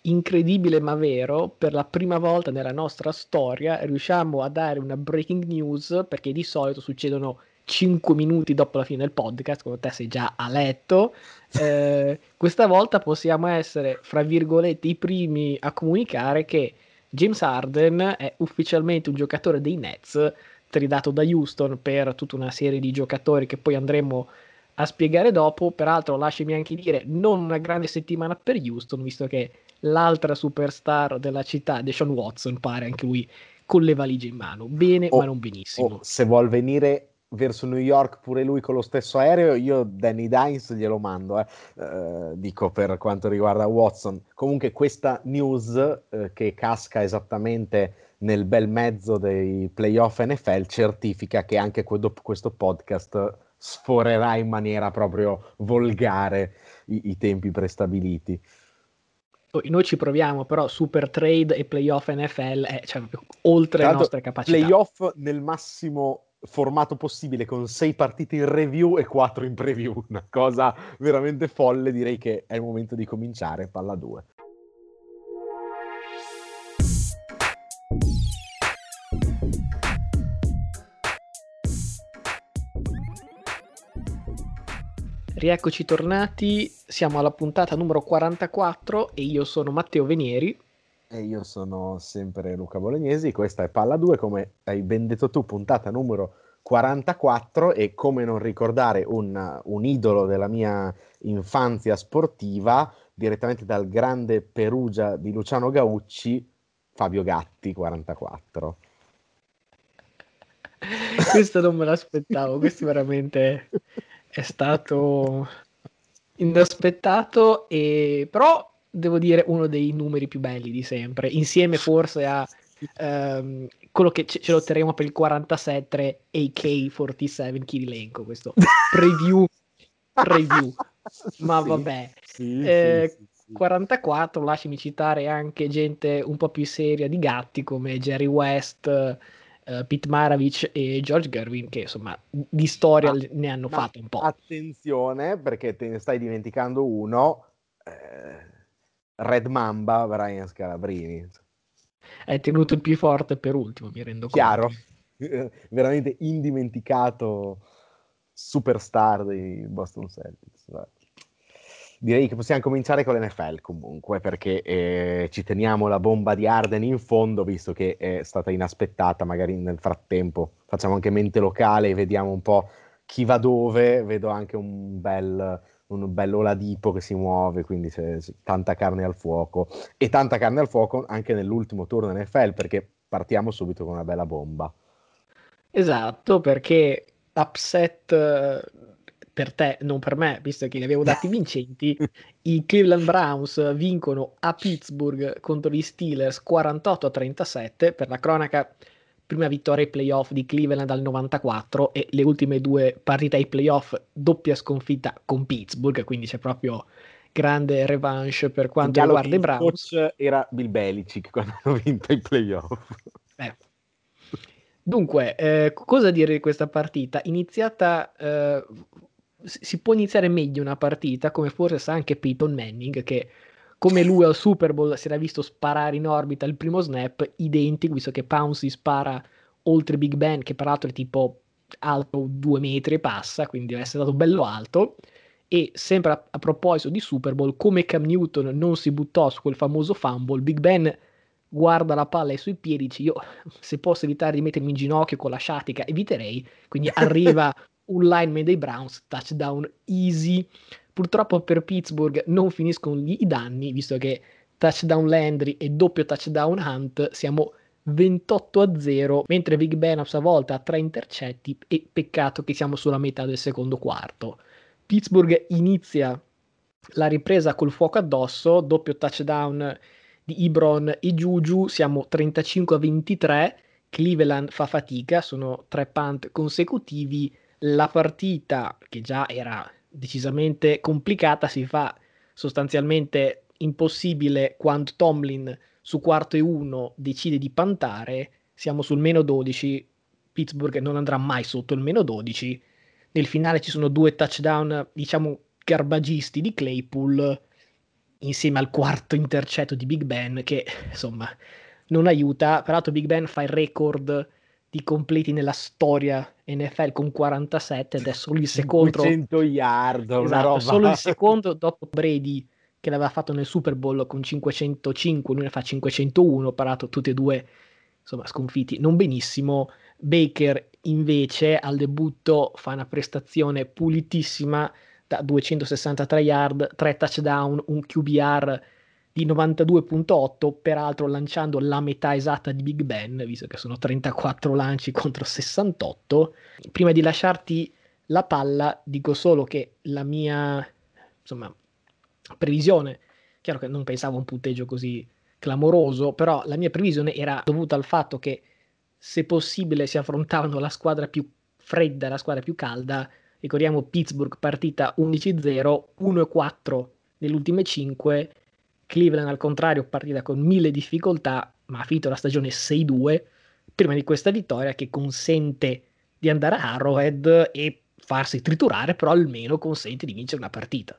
incredibile ma vero, per la prima volta nella nostra storia riusciamo a dare una breaking news, perché di solito succedono 5 minuti dopo la fine del podcast, quando te sei già a letto. Questa volta possiamo essere, fra virgolette, i primi a comunicare che James Harden è ufficialmente un giocatore dei Nets, tradato da Houston per tutta una serie di giocatori che poi andremo a spiegare dopo. Peraltro, lasciami anche dire, non una grande settimana per Houston, visto che l'altra superstar della città, Deshaun Watson, pare anche lui con le valigie in mano. Bene, ma non O benissimo. se vuol venire verso New York pure lui con lo stesso aereo, io Danny Dimes glielo mando, dico per quanto riguarda Watson. Comunque questa news che casca esattamente nel bel mezzo dei playoff NFL certifica che anche dopo questo podcast sforerà in maniera proprio volgare i tempi prestabiliti. Noi ci proviamo, però super trade e playoff NFL è cioè, proprio oltre Tra le l'altro, nostre capacità. playoff nel massimo formato possibile, con 6 partite in review e 4 in preview, una cosa veramente folle. Direi che è il momento di cominciare. Palla 2. Rieccoci tornati, siamo alla puntata numero 44 e io sono Matteo Venieri. E io sono sempre Luca Bolognesi, questa è Palla 2, come hai ben detto tu, puntata numero 44, e come non ricordare un idolo della mia infanzia sportiva, direttamente dal grande Perugia di Luciano Gaucci, Fabio Gatti, 44. Questo non me l'aspettavo, questo veramente è stato inaspettato, e però devo dire uno dei numeri più belli di sempre, insieme forse a quello che ce lo terremo per il 47 AK-47 Kirilenko, questo preview, ma Sì, vabbè. sì, sì, sì, sì. 44, lasciami citare anche gente un po' più seria di Gatti come Jerry West, Pete Maravich e George Gervin, che insomma di storia Ma, ne hanno ma fatto un po'. attenzione, perché te ne stai dimenticando uno, Red Mamba, Brian Scalabrini. Hai tenuto il più forte per ultimo, mi rendo conto. Chiaro, veramente indimenticato superstar dei Boston Celtics. Vai. Direi che possiamo cominciare con l'NFL comunque, perché ci teniamo la bomba di Arden in fondo, visto che è stata inaspettata. Magari nel frattempo facciamo anche mente locale e vediamo un po' chi va dove. Vedo anche un bel Oladipo che si muove, quindi c'è tanta carne al fuoco. E tanta carne al fuoco anche nell'ultimo turno NFL, perché partiamo subito con una bella bomba. Esatto, perché upset per te, non per me, visto che li avevo dati vincenti, i Cleveland Browns vincono a Pittsburgh contro gli Steelers 48-37. Per la cronaca, prima vittoria ai playoff di Cleveland dal 94 e le ultime due partite ai playoff doppia sconfitta con Pittsburgh, quindi c'è proprio grande revanche per quanto Segnalo che riguarda i il Browns. coach era Bill Belichick quando hanno vinto i playoff. Eh. Dunque, cosa dire di questa partita? Iniziata, si può iniziare meglio una partita, come forse sa anche Peyton Manning, che come lui al Super Bowl si era visto sparare in orbita il primo snap, identico, visto che Pouncey spara oltre Big Ben, che peraltro è tipo alto 2 metri e passa, quindi deve essere stato bello alto. E sempre a proposito di Super Bowl, come Cam Newton non si buttò su quel famoso fumble, Big Ben guarda la palla ai suoi piedi, dice io se posso evitare di mettermi in ginocchio con la sciatica eviterei, quindi arriva un lineman dei Browns, touchdown easy. Purtroppo per Pittsburgh non finiscono lì i danni, visto che touchdown Landry e doppio touchdown Hunt, siamo 28-0, mentre Big Ben a sua volta ha 3 intercetti e peccato che siamo sulla metà del secondo quarto. Pittsburgh inizia la ripresa col fuoco addosso, doppio touchdown di Ibron e Juju, siamo 35-23, Cleveland fa fatica, sono 3 punt consecutivi, la partita che già era decisamente complicata si fa sostanzialmente impossibile quando Tomlin su 4-1 decide di pantare, siamo sul meno 12, Pittsburgh non andrà mai sotto il meno 12, nel finale ci sono 2 touchdown, diciamo, garbagisti di Claypool, insieme al quarto intercetto di Big Ben che insomma non aiuta. Peraltro Big Ben fa il record di completi nella storia NFL con 47 ed è solo il secondo, 500 yard, una esatto, è roba. solo il secondo dopo Brady che l'aveva fatto nel Super Bowl con 505, lui ne fa 501, parato tutti e due, insomma, sconfitti non benissimo. Baker invece al debutto fa una prestazione pulitissima da 263 yard, 3 touchdown, un QBR di 92,8, peraltro lanciando la metà esatta di Big Ben, visto che sono 34 lanci contro 68. Prima di lasciarti la palla, dico solo che la mia, insomma, previsione, chiaro che non pensavo a un punteggio così clamoroso, però la mia previsione era dovuta al fatto che se possibile si affrontavano la squadra più fredda e la squadra più calda. Ricordiamo Pittsburgh partita 11-0, 1-4 nelle ultime 5, Cleveland al contrario partita con 1000 difficoltà, ma ha finito la stagione 6-2 prima di questa vittoria che consente di andare a Arrowhead e farsi triturare, però almeno consente di vincere una partita.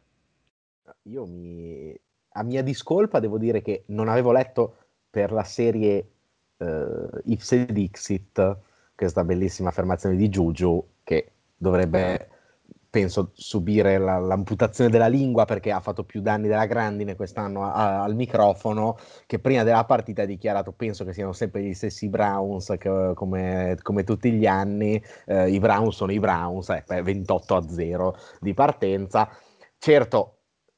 A mia discolpa devo dire che non avevo letto per la serie Ipse Dixit, che è questa bellissima affermazione di Juju, che dovrebbe, penso, subire l'amputazione della lingua perché ha fatto più danni della grandine quest'anno al microfono, che prima della partita ha dichiarato: penso che siano sempre gli stessi Browns come tutti gli anni, i Browns sono i Browns, 28-0 di partenza. Certo,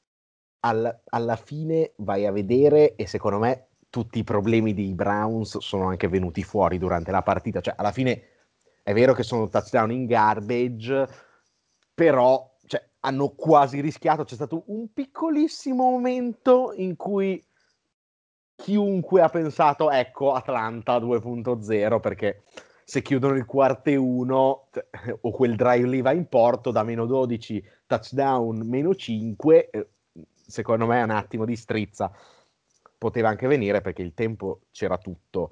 alla fine vai a vedere e secondo me tutti i problemi dei Browns sono anche venuti fuori durante la partita. Cioè, alla fine è vero che sono touchdown in garbage, però cioè, hanno quasi rischiato. C'è stato un piccolissimo momento in cui chiunque ha pensato, ecco, Atlanta 2.0, perché se chiudono il quarto e uno, o quel drive lì va in porto da meno 12, touchdown meno 5, secondo me è un attimo di strizza. Poteva anche venire perché il tempo c'era tutto.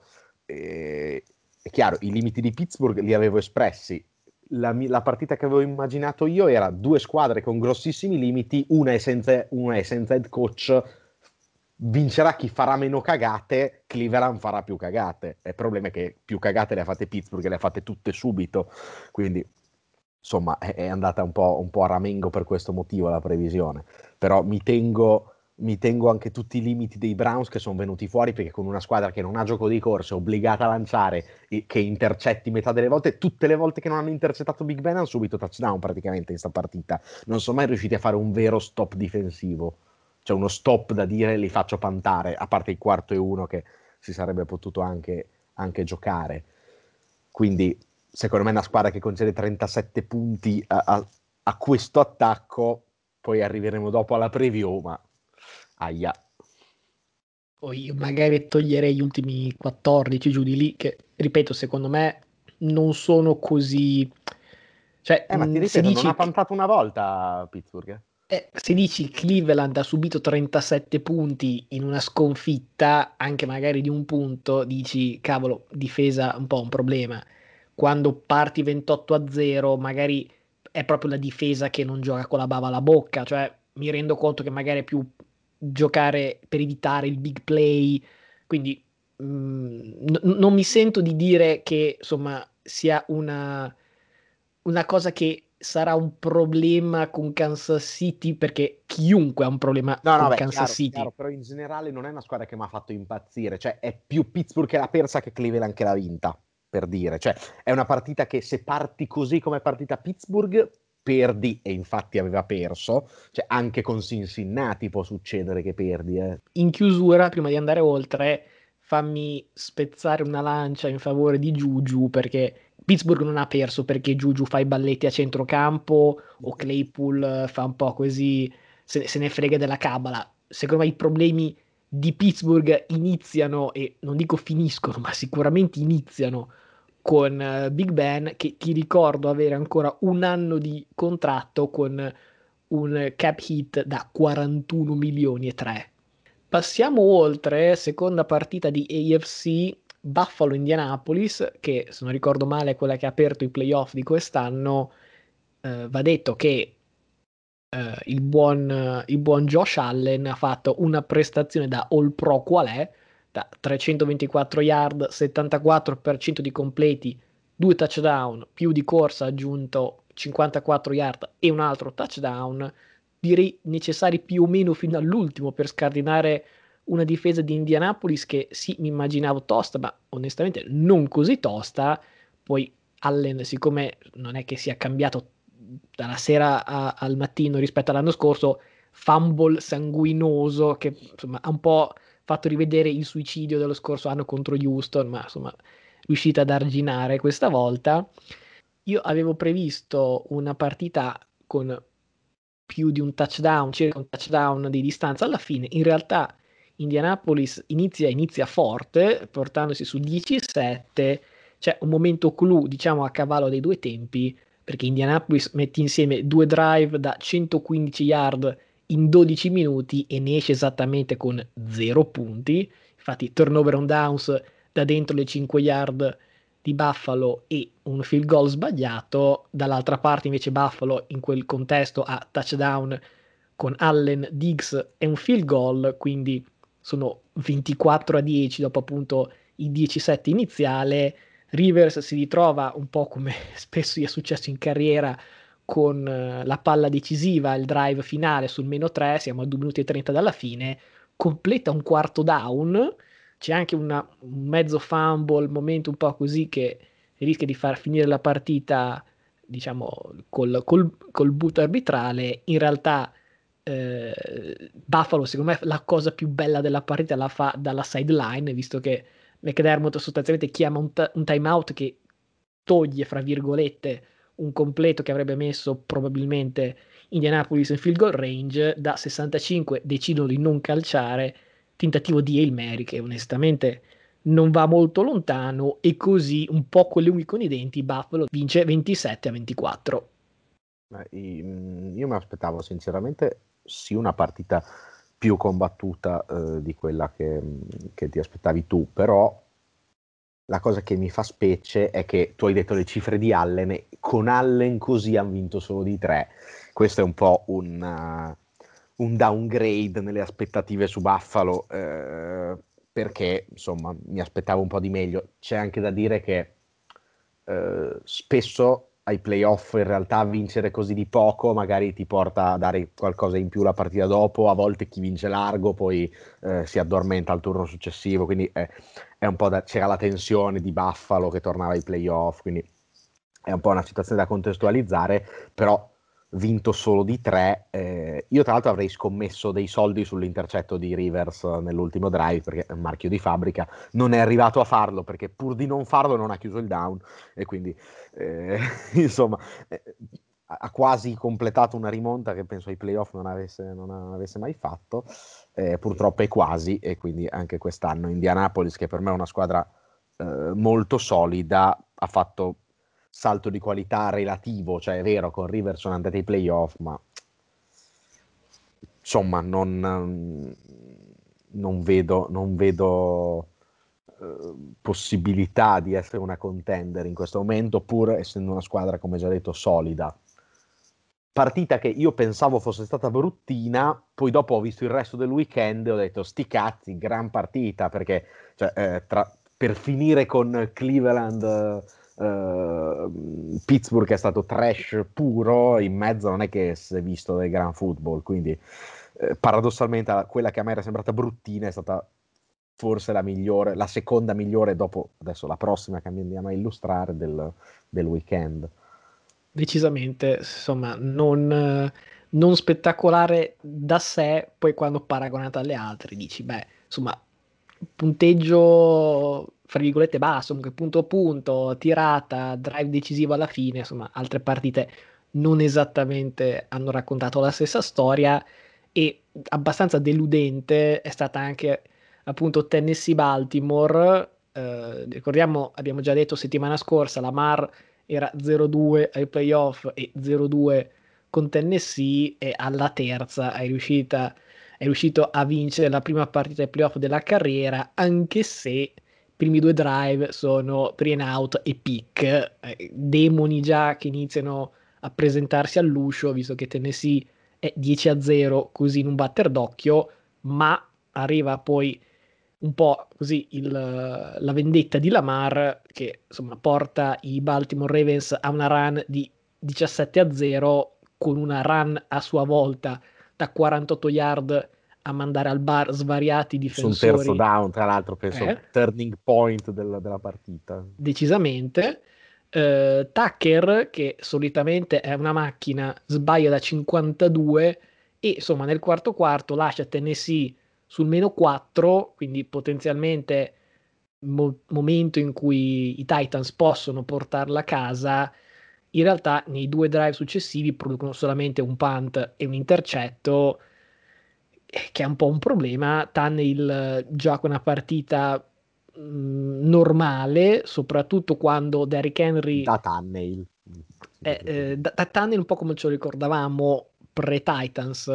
È chiaro, i limiti di Pittsburgh li avevo espressi. La partita che avevo immaginato io era due squadre con grossissimi limiti, una è senza head coach, vincerà chi farà meno cagate, Cleveland farà più cagate. Il problema è che più cagate le ha fatte Pittsburgh e le ha fatte tutte subito, quindi insomma è andata un po' a ramengo per questo motivo la previsione, però mi tengo anche tutti i limiti dei Browns che sono venuti fuori, perché con una squadra che non ha gioco di corsa, è obbligata a lanciare e che intercetti metà delle volte, tutte le volte che non hanno intercettato Big Ben hanno subito touchdown praticamente in questa partita. Non sono mai riusciti a fare un vero stop difensivo, cioè uno stop da dire li faccio pantare, a parte il quarto e uno che si sarebbe potuto anche giocare. Quindi secondo me è una squadra che concede 37 punti a questo attacco, poi arriveremo dopo alla preview, ma aia. Poi magari toglierei gli ultimi 14 giù di lì, che ripeto, secondo me non sono così. Cioè, Ma ti se ripeto, non ha dici, pantato una volta Pittsburgh. se dici Cleveland ha subito 37 punti in una sconfitta, anche magari di un punto, dici, cavolo, difesa un po' un problema. Quando parti 28-0, magari è proprio la difesa che non gioca con la bava alla bocca, cioè mi rendo conto che magari è più giocare per evitare il big play, quindi non mi sento di dire che insomma sia una cosa che sarà un problema con Kansas City, perché chiunque ha un problema No, no, con beh, Kansas chiaro, City. però in generale non è una squadra che mi ha fatto impazzire, cioè è più Pittsburgh che l'ha persa che Cleveland che l'ha vinta, per dire, cioè è una partita che se parti così come è partita Pittsburgh, perdi, e infatti aveva perso, cioè anche con Cincinnati può succedere che perdi, eh. In chiusura, prima di andare oltre, fammi spezzare una lancia in favore di Juju, perché Pittsburgh non ha perso perché Juju fa i balletti a centrocampo o Claypool fa un po' così, se ne frega della cabala. Secondo me i problemi di Pittsburgh iniziano, e non dico finiscono, ma sicuramente iniziano con Big Ben, che ti ricordo avere ancora un anno di contratto con un cap hit da 41 milioni e 3. Passiamo oltre, seconda partita di AFC, Buffalo-Indianapolis, che se non ricordo male è quella che ha aperto i playoff di quest'anno. Va detto che il buon Josh Allen ha fatto una prestazione da All Pro qual è, da 324 yard, 74% di completi, 2 touchdown, più di corsa aggiunto 54 yard e un altro touchdown, direi necessari più o meno fino all'ultimo per scardinare una difesa di Indianapolis che sì, mi immaginavo tosta, ma onestamente non così tosta. Poi Allen, siccome non è che sia cambiato dalla sera al mattino rispetto all'anno scorso, fumble sanguinoso che insomma ha un po' fatto rivedere il suicidio dello scorso anno contro Houston, ma insomma riuscita ad arginare questa volta. Io avevo previsto una partita con più di un touchdown, circa un touchdown di distanza alla fine. In realtà Indianapolis inizia forte, portandosi su 17. C'è un momento clou, diciamo, a cavallo dei due tempi, perché Indianapolis mette insieme due drive da 115 yard in 12 minuti e ne esce esattamente con 0 punti. Infatti, turnover on downs da dentro le 5 yard di Buffalo e un field goal sbagliato. Dall'altra parte, invece, Buffalo in quel contesto ha touchdown con Allen, Diggs e un field goal, quindi sono 24-10 dopo appunto i 17 iniziale. Rivers si ritrova un po' come spesso gli è successo in carriera con la palla decisiva, il drive finale sul -3, siamo a 2 minuti e 30 dalla fine, completa un quarto down, c'è anche un mezzo fumble, momento un po' così che rischia di far finire la partita, diciamo, col butto arbitrale. In realtà Buffalo, secondo me, la cosa più bella della partita la fa dalla sideline, visto che McDermott sostanzialmente chiama un timeout che toglie, fra virgolette, un completo che avrebbe messo probabilmente Indianapolis in field goal range. Da 65 decidono di non calciare, tentativo di Hail Mary che onestamente non va molto lontano, e così un po' con le unghie con i denti Buffalo vince 27-24. Io mi aspettavo sinceramente sì una partita più combattuta di quella che ti aspettavi tu, però la cosa che mi fa specie è che tu hai detto le cifre di Allen e con Allen così hanno vinto solo di 3. Questo è un po' un downgrade nelle aspettative su Buffalo, perché insomma mi aspettavo un po' di meglio. C'è anche da dire che spesso ai playoff in realtà vincere così di poco magari ti porta a dare qualcosa in più la partita dopo. A volte chi vince largo poi si addormenta al turno successivo, quindi è un po' c'era la tensione di Buffalo che tornava ai playoff, quindi è un po' una situazione da contestualizzare, però vinto solo di 3. Io tra l'altro avrei scommesso dei soldi sull'intercetto di Rivers nell'ultimo drive, perché è un marchio di fabbrica, non è arrivato a farlo perché pur di non farlo non ha chiuso il down e quindi insomma ha quasi completato una rimonta che penso ai playoff non avesse mai fatto. Purtroppo è quasi, e quindi anche quest'anno Indianapolis, che per me è una squadra molto solida, ha fatto salto di qualità relativo, cioè è vero, con Rivers sono andati ai playoff, ma insomma non vedo possibilità di essere una contender in questo momento, pur essendo una squadra, come già detto, solida. Partita che io pensavo fosse stata bruttina, poi dopo ho visto il resto del weekend e ho detto sti cazzi, gran partita, perché cioè, per finire con Cleveland, Pittsburgh è stato trash puro, in mezzo non è che si è visto del gran football, quindi paradossalmente quella che a me era sembrata bruttina è stata forse la migliore, la seconda migliore dopo adesso la prossima che andiamo a illustrare del weekend. Decisamente, insomma, non spettacolare da sé, poi quando paragonata alle altre dici, beh, insomma, punteggio, fra virgolette, basso, comunque punto a punto, tirata, drive decisivo alla fine, insomma, altre partite non esattamente hanno raccontato la stessa storia. E abbastanza deludente è stata anche appunto Tennessee-Baltimore. Ricordiamo, abbiamo già detto settimana scorsa, Lamar era 0-2 ai playoff e 0-2 con Tennessee, e alla terza è riuscito a vincere la prima partita ai playoff della carriera, anche se i primi due drive sono 3 and out e pick, demoni già che iniziano a presentarsi all'uscio, visto che Tennessee è 10-0 così in un batter d'occhio, ma arriva poi un po' così la vendetta di Lamar che insomma porta i Baltimore Ravens a una run di 17-0 con una run a sua volta da 48 yard a mandare al bar svariati Su un terzo difensori, down, tra l'altro, penso eh, turning point della partita. decisamente. Tucker, che solitamente è una macchina, sbaglia da 52 e insomma nel quarto quarto lascia Tennessee sul -4, quindi potenzialmente momento in cui i Titans possono portarla a casa. In realtà nei due drive successivi producono solamente un punt e un intercetto, che è un po' un problema. Tannehill gioca una partita normale, soprattutto quando Derrick Henry Da Tannehill. da Tannehill un po' come ce lo ricordavamo pre-Titans,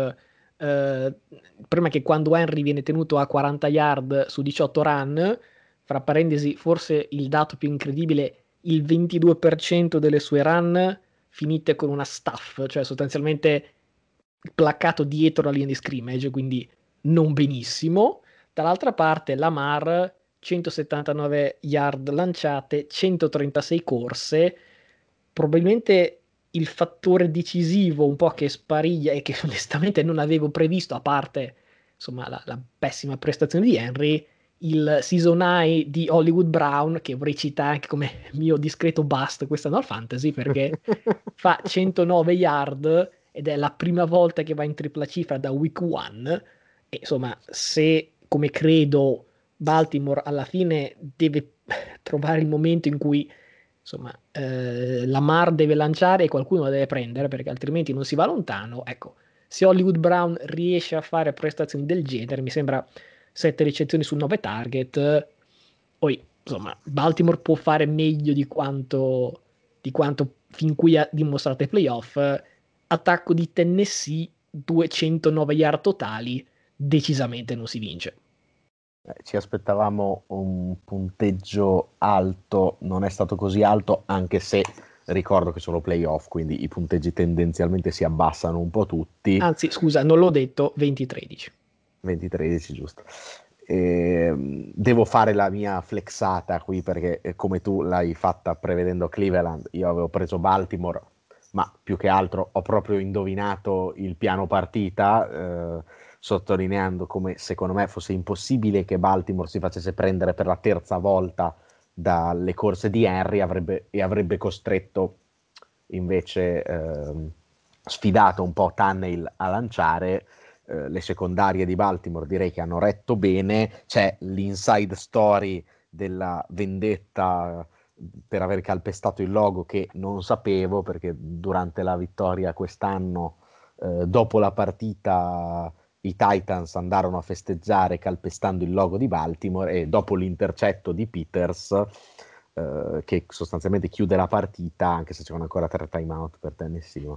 prima che quando Henry viene tenuto a 40 yard su 18 run, fra parentesi forse il dato più incredibile, il 22% delle sue run finite con una stuff, cioè sostanzialmente placcato dietro la linea di scrimmage, quindi non benissimo. Dall'altra parte Lamar 179 yard lanciate, 136 corse, probabilmente il fattore decisivo un po' che spariglia e che onestamente non avevo previsto, a parte insomma la pessima prestazione di Henry, il season high di Hollywood Brown, che vorrei citare anche come mio discreto bust quest'anno al fantasy, perché fa 109 yard ed è la prima volta che va in tripla cifra da week one. E insomma, se come credo Baltimore alla fine deve trovare il momento in cui insomma Lamar deve lanciare e qualcuno la deve prendere perché altrimenti non si va lontano, ecco, se Hollywood Brown riesce a fare prestazioni del genere, mi sembra 7 ricezioni su 9 target, poi insomma Baltimore può fare meglio di quanto fin qui ha dimostrato ai playoff. Attacco di Tennessee, 209 yard totali, decisamente non si vince. Ci aspettavamo un punteggio alto, non è stato così alto, anche se ricordo che sono playoff, quindi i punteggi tendenzialmente si abbassano un po' tutti. Anzi, scusa, non l'ho detto, 20-13. 2013, giusto. Devo fare la mia flexata qui perché come tu l'hai fatta prevedendo Cleveland, io avevo preso Baltimore, ma più che altro ho proprio indovinato il piano partita, sottolineando come secondo me fosse impossibile che Baltimore si facesse prendere per la terza volta dalle corse di Henry e avrebbe costretto invece sfidato un po' Tannehill a lanciare. Le secondarie di Baltimore direi che hanno retto bene. C'è l'inside story della vendetta per aver calpestato il logo che non sapevo, perché durante la vittoria quest'anno, dopo la partita, i Titans andarono a festeggiare calpestando il logo di Baltimore e dopo l'intercetto di Peters, che sostanzialmente chiude la partita, anche se c'erano ancora 3 timeout per Tennessee,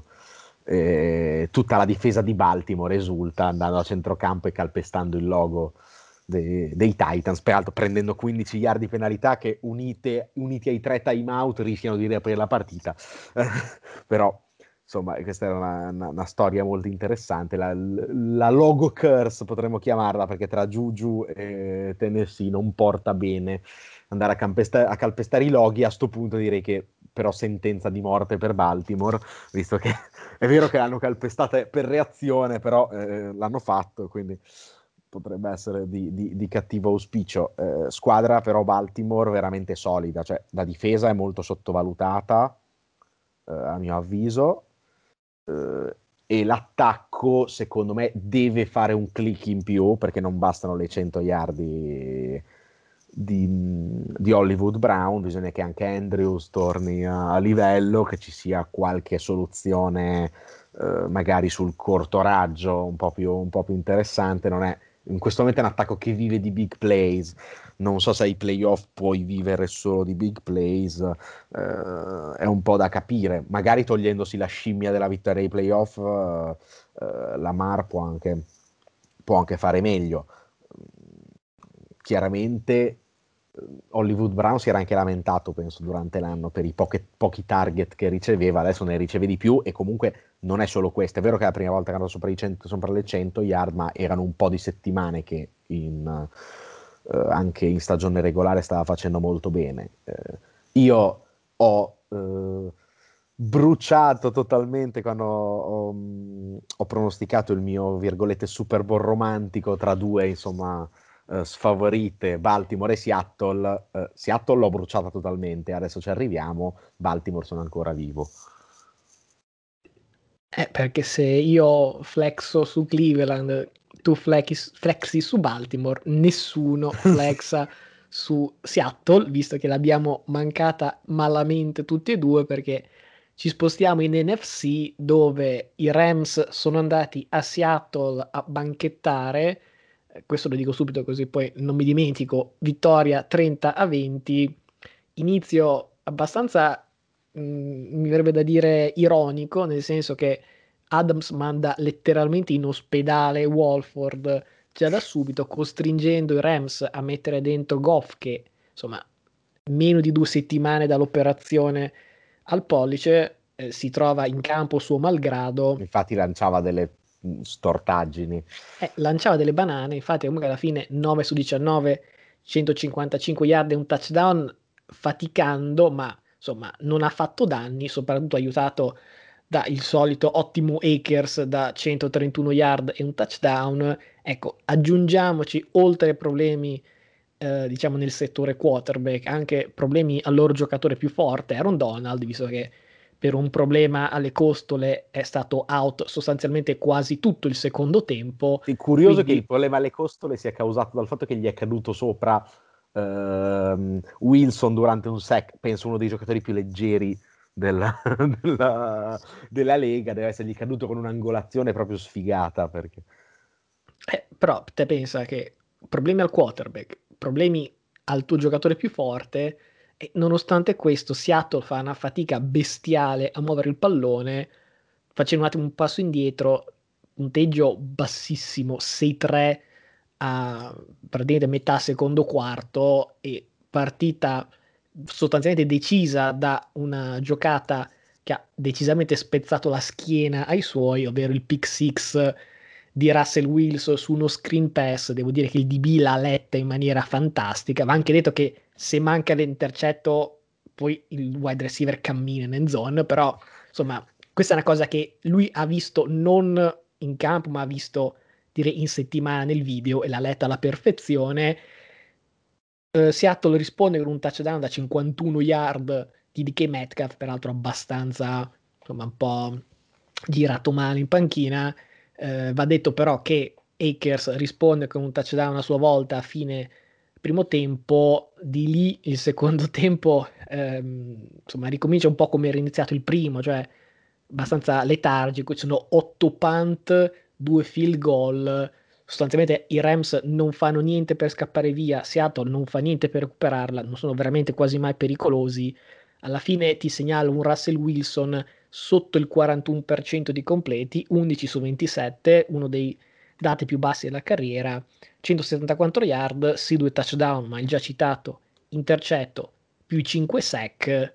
tutta la difesa di Baltimore esulta andando a centrocampo e calpestando il logo dei Titans, peraltro prendendo 15 yard di penalità che uniti ai 3 timeout rischiano di riaprire la partita. Però insomma questa era una storia molto interessante, la logo curse potremmo chiamarla, perché tra Juju e Tennessee non porta bene andare a calpestare i loghi. A sto punto direi che però sentenza di morte per Baltimore, visto che è vero che l'hanno calpestata per reazione, però l'hanno fatto, quindi potrebbe essere di cattivo auspicio. Squadra però Baltimore veramente solida, cioè la difesa è molto sottovalutata, a mio avviso, e l'attacco secondo me deve fare un click in più, perché non bastano le 100 yard di Hollywood Brown, bisogna che anche Andrews torni a livello, che ci sia qualche soluzione magari sul corto raggio un po' più interessante. Non è, in questo momento è un attacco che vive di big plays, non so se ai playoff puoi vivere solo di big plays, è un po' da capire, magari togliendosi la scimmia della vittoria ai playoff, Lamar può anche fare meglio. Chiaramente Hollywood Brown si era anche lamentato, penso, durante l'anno per i pochi target che riceveva, adesso ne riceve di più e comunque non è solo questo, è vero che la prima volta che andò sopra le 100 yard, ma erano un po' di settimane che anche in stagione regolare stava facendo molto bene. Io ho bruciato totalmente quando ho pronosticato il mio, virgolette, Super Bowl romantico tra due, insomma, sfavorite, Baltimore e Seattle. Seattle l'ho bruciata totalmente, adesso ci arriviamo, Baltimore sono ancora vivo. Perché se io flexo su Cleveland, tu flexi su Baltimore, nessuno flexa su Seattle, visto che l'abbiamo mancata malamente tutti e due, perché ci spostiamo in NFC dove i Rams sono andati a Seattle a banchettare, questo lo dico subito così poi non mi dimentico, vittoria 30-20, inizio abbastanza, mi verrebbe da dire ironico, nel senso che Adams manda letteralmente in ospedale Walford già da subito, costringendo i Rams a mettere dentro Goff, che insomma, meno di 2 settimane dall'operazione al pollice, si trova in campo suo malgrado. Infatti lanciava delle stortaggini. Lanciava delle banane, infatti comunque alla fine 9 su 19, 155 yard e un touchdown, faticando, ma insomma non ha fatto danni, soprattutto aiutato da il solito ottimo Akers da 131 yard e un touchdown. Ecco, aggiungiamoci oltre ai problemi, diciamo nel settore quarterback, anche problemi al loro giocatore più forte, Aaron Donald, visto che per un problema alle costole è stato out sostanzialmente quasi tutto il secondo tempo. Sì, curioso che il Quindi problema alle costole sia causato dal fatto che gli è caduto sopra Wilson durante un sack, penso uno dei giocatori più leggeri della, della Lega, deve essergli caduto con un'angolazione proprio sfigata. Perché... però te pensa che problemi al quarterback, problemi al tuo giocatore più forte, e nonostante questo Seattle fa una fatica bestiale a muovere il pallone, facendo un attimo un passo indietro, punteggio bassissimo, 6-3 a praticamente metà secondo quarto, e partita sostanzialmente decisa da una giocata che ha decisamente spezzato la schiena ai suoi, ovvero il pick six di Russell Wilson su uno screen pass. Devo dire che il DB l'ha letta in maniera fantastica. Va anche detto che se manca l'intercetto, poi il wide receiver cammina in end zone, però insomma, questa è una cosa che lui ha visto non in campo, ma ha visto direi in settimana nel video e l'ha letta alla perfezione. Seattle risponde con un touchdown da 51 yard di DK Metcalf, peraltro abbastanza, insomma, un po' girato male in panchina. Va detto però che Akers risponde con un touchdown a sua volta a fine primo tempo. Di lì il secondo tempo, insomma, ricomincia un po' come era iniziato il primo, cioè abbastanza letargico. Ci sono 8 punt, 2 field goal. Sostanzialmente i Rams non fanno niente per scappare via, Seattle non fa niente per recuperarla, non sono veramente quasi mai pericolosi. Alla fine ti segnalo un Russell Wilson sotto il 41% di completi, 11 su 27, uno dei dati più bassi della carriera, 174 yard, sì 2 touchdown, ma il già citato intercetto più i 5 sack.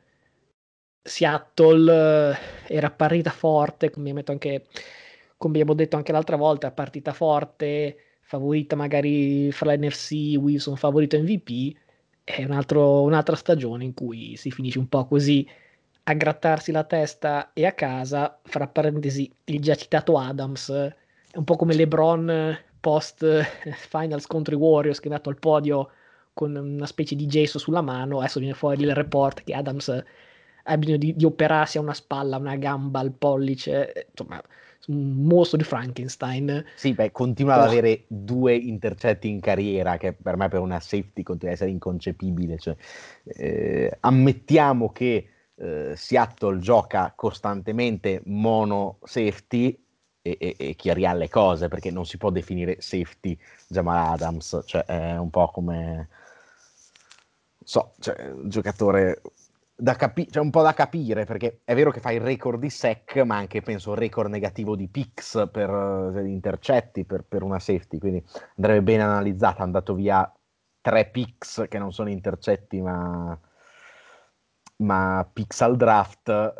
Seattle era partita forte, come abbiamo detto anche l'altra volta, partita forte, favorita magari fra l'NFC, Wilson favorito MVP, è un'altra stagione in cui si finisce un po' così a grattarsi la testa e a casa, fra parentesi, il già citato Adams, è un po' come LeBron post finals contro i Warriors che è andato al podio con una specie di gesso sulla mano, adesso viene fuori il report che Adams ha bisogno di operarsi a una spalla, a una gamba, al pollice, insomma, un mostro di Frankenstein. Sì, beh, continua ad Però avere 2 intercetti in carriera, che per me per una safety continua ad essere inconcepibile. Cioè, ammettiamo che Seattle gioca costantemente mono safety e chiariamo le cose, perché non si può definire safety Jamal Adams, cioè è un po' come cioè, un giocatore c'è un po' da capire, perché è vero che fa il record di sack, ma anche penso il record negativo di picks per intercetti per una safety, quindi andrebbe bene analizzata. È andato via 3 picks che non sono intercetti ma picks al draft,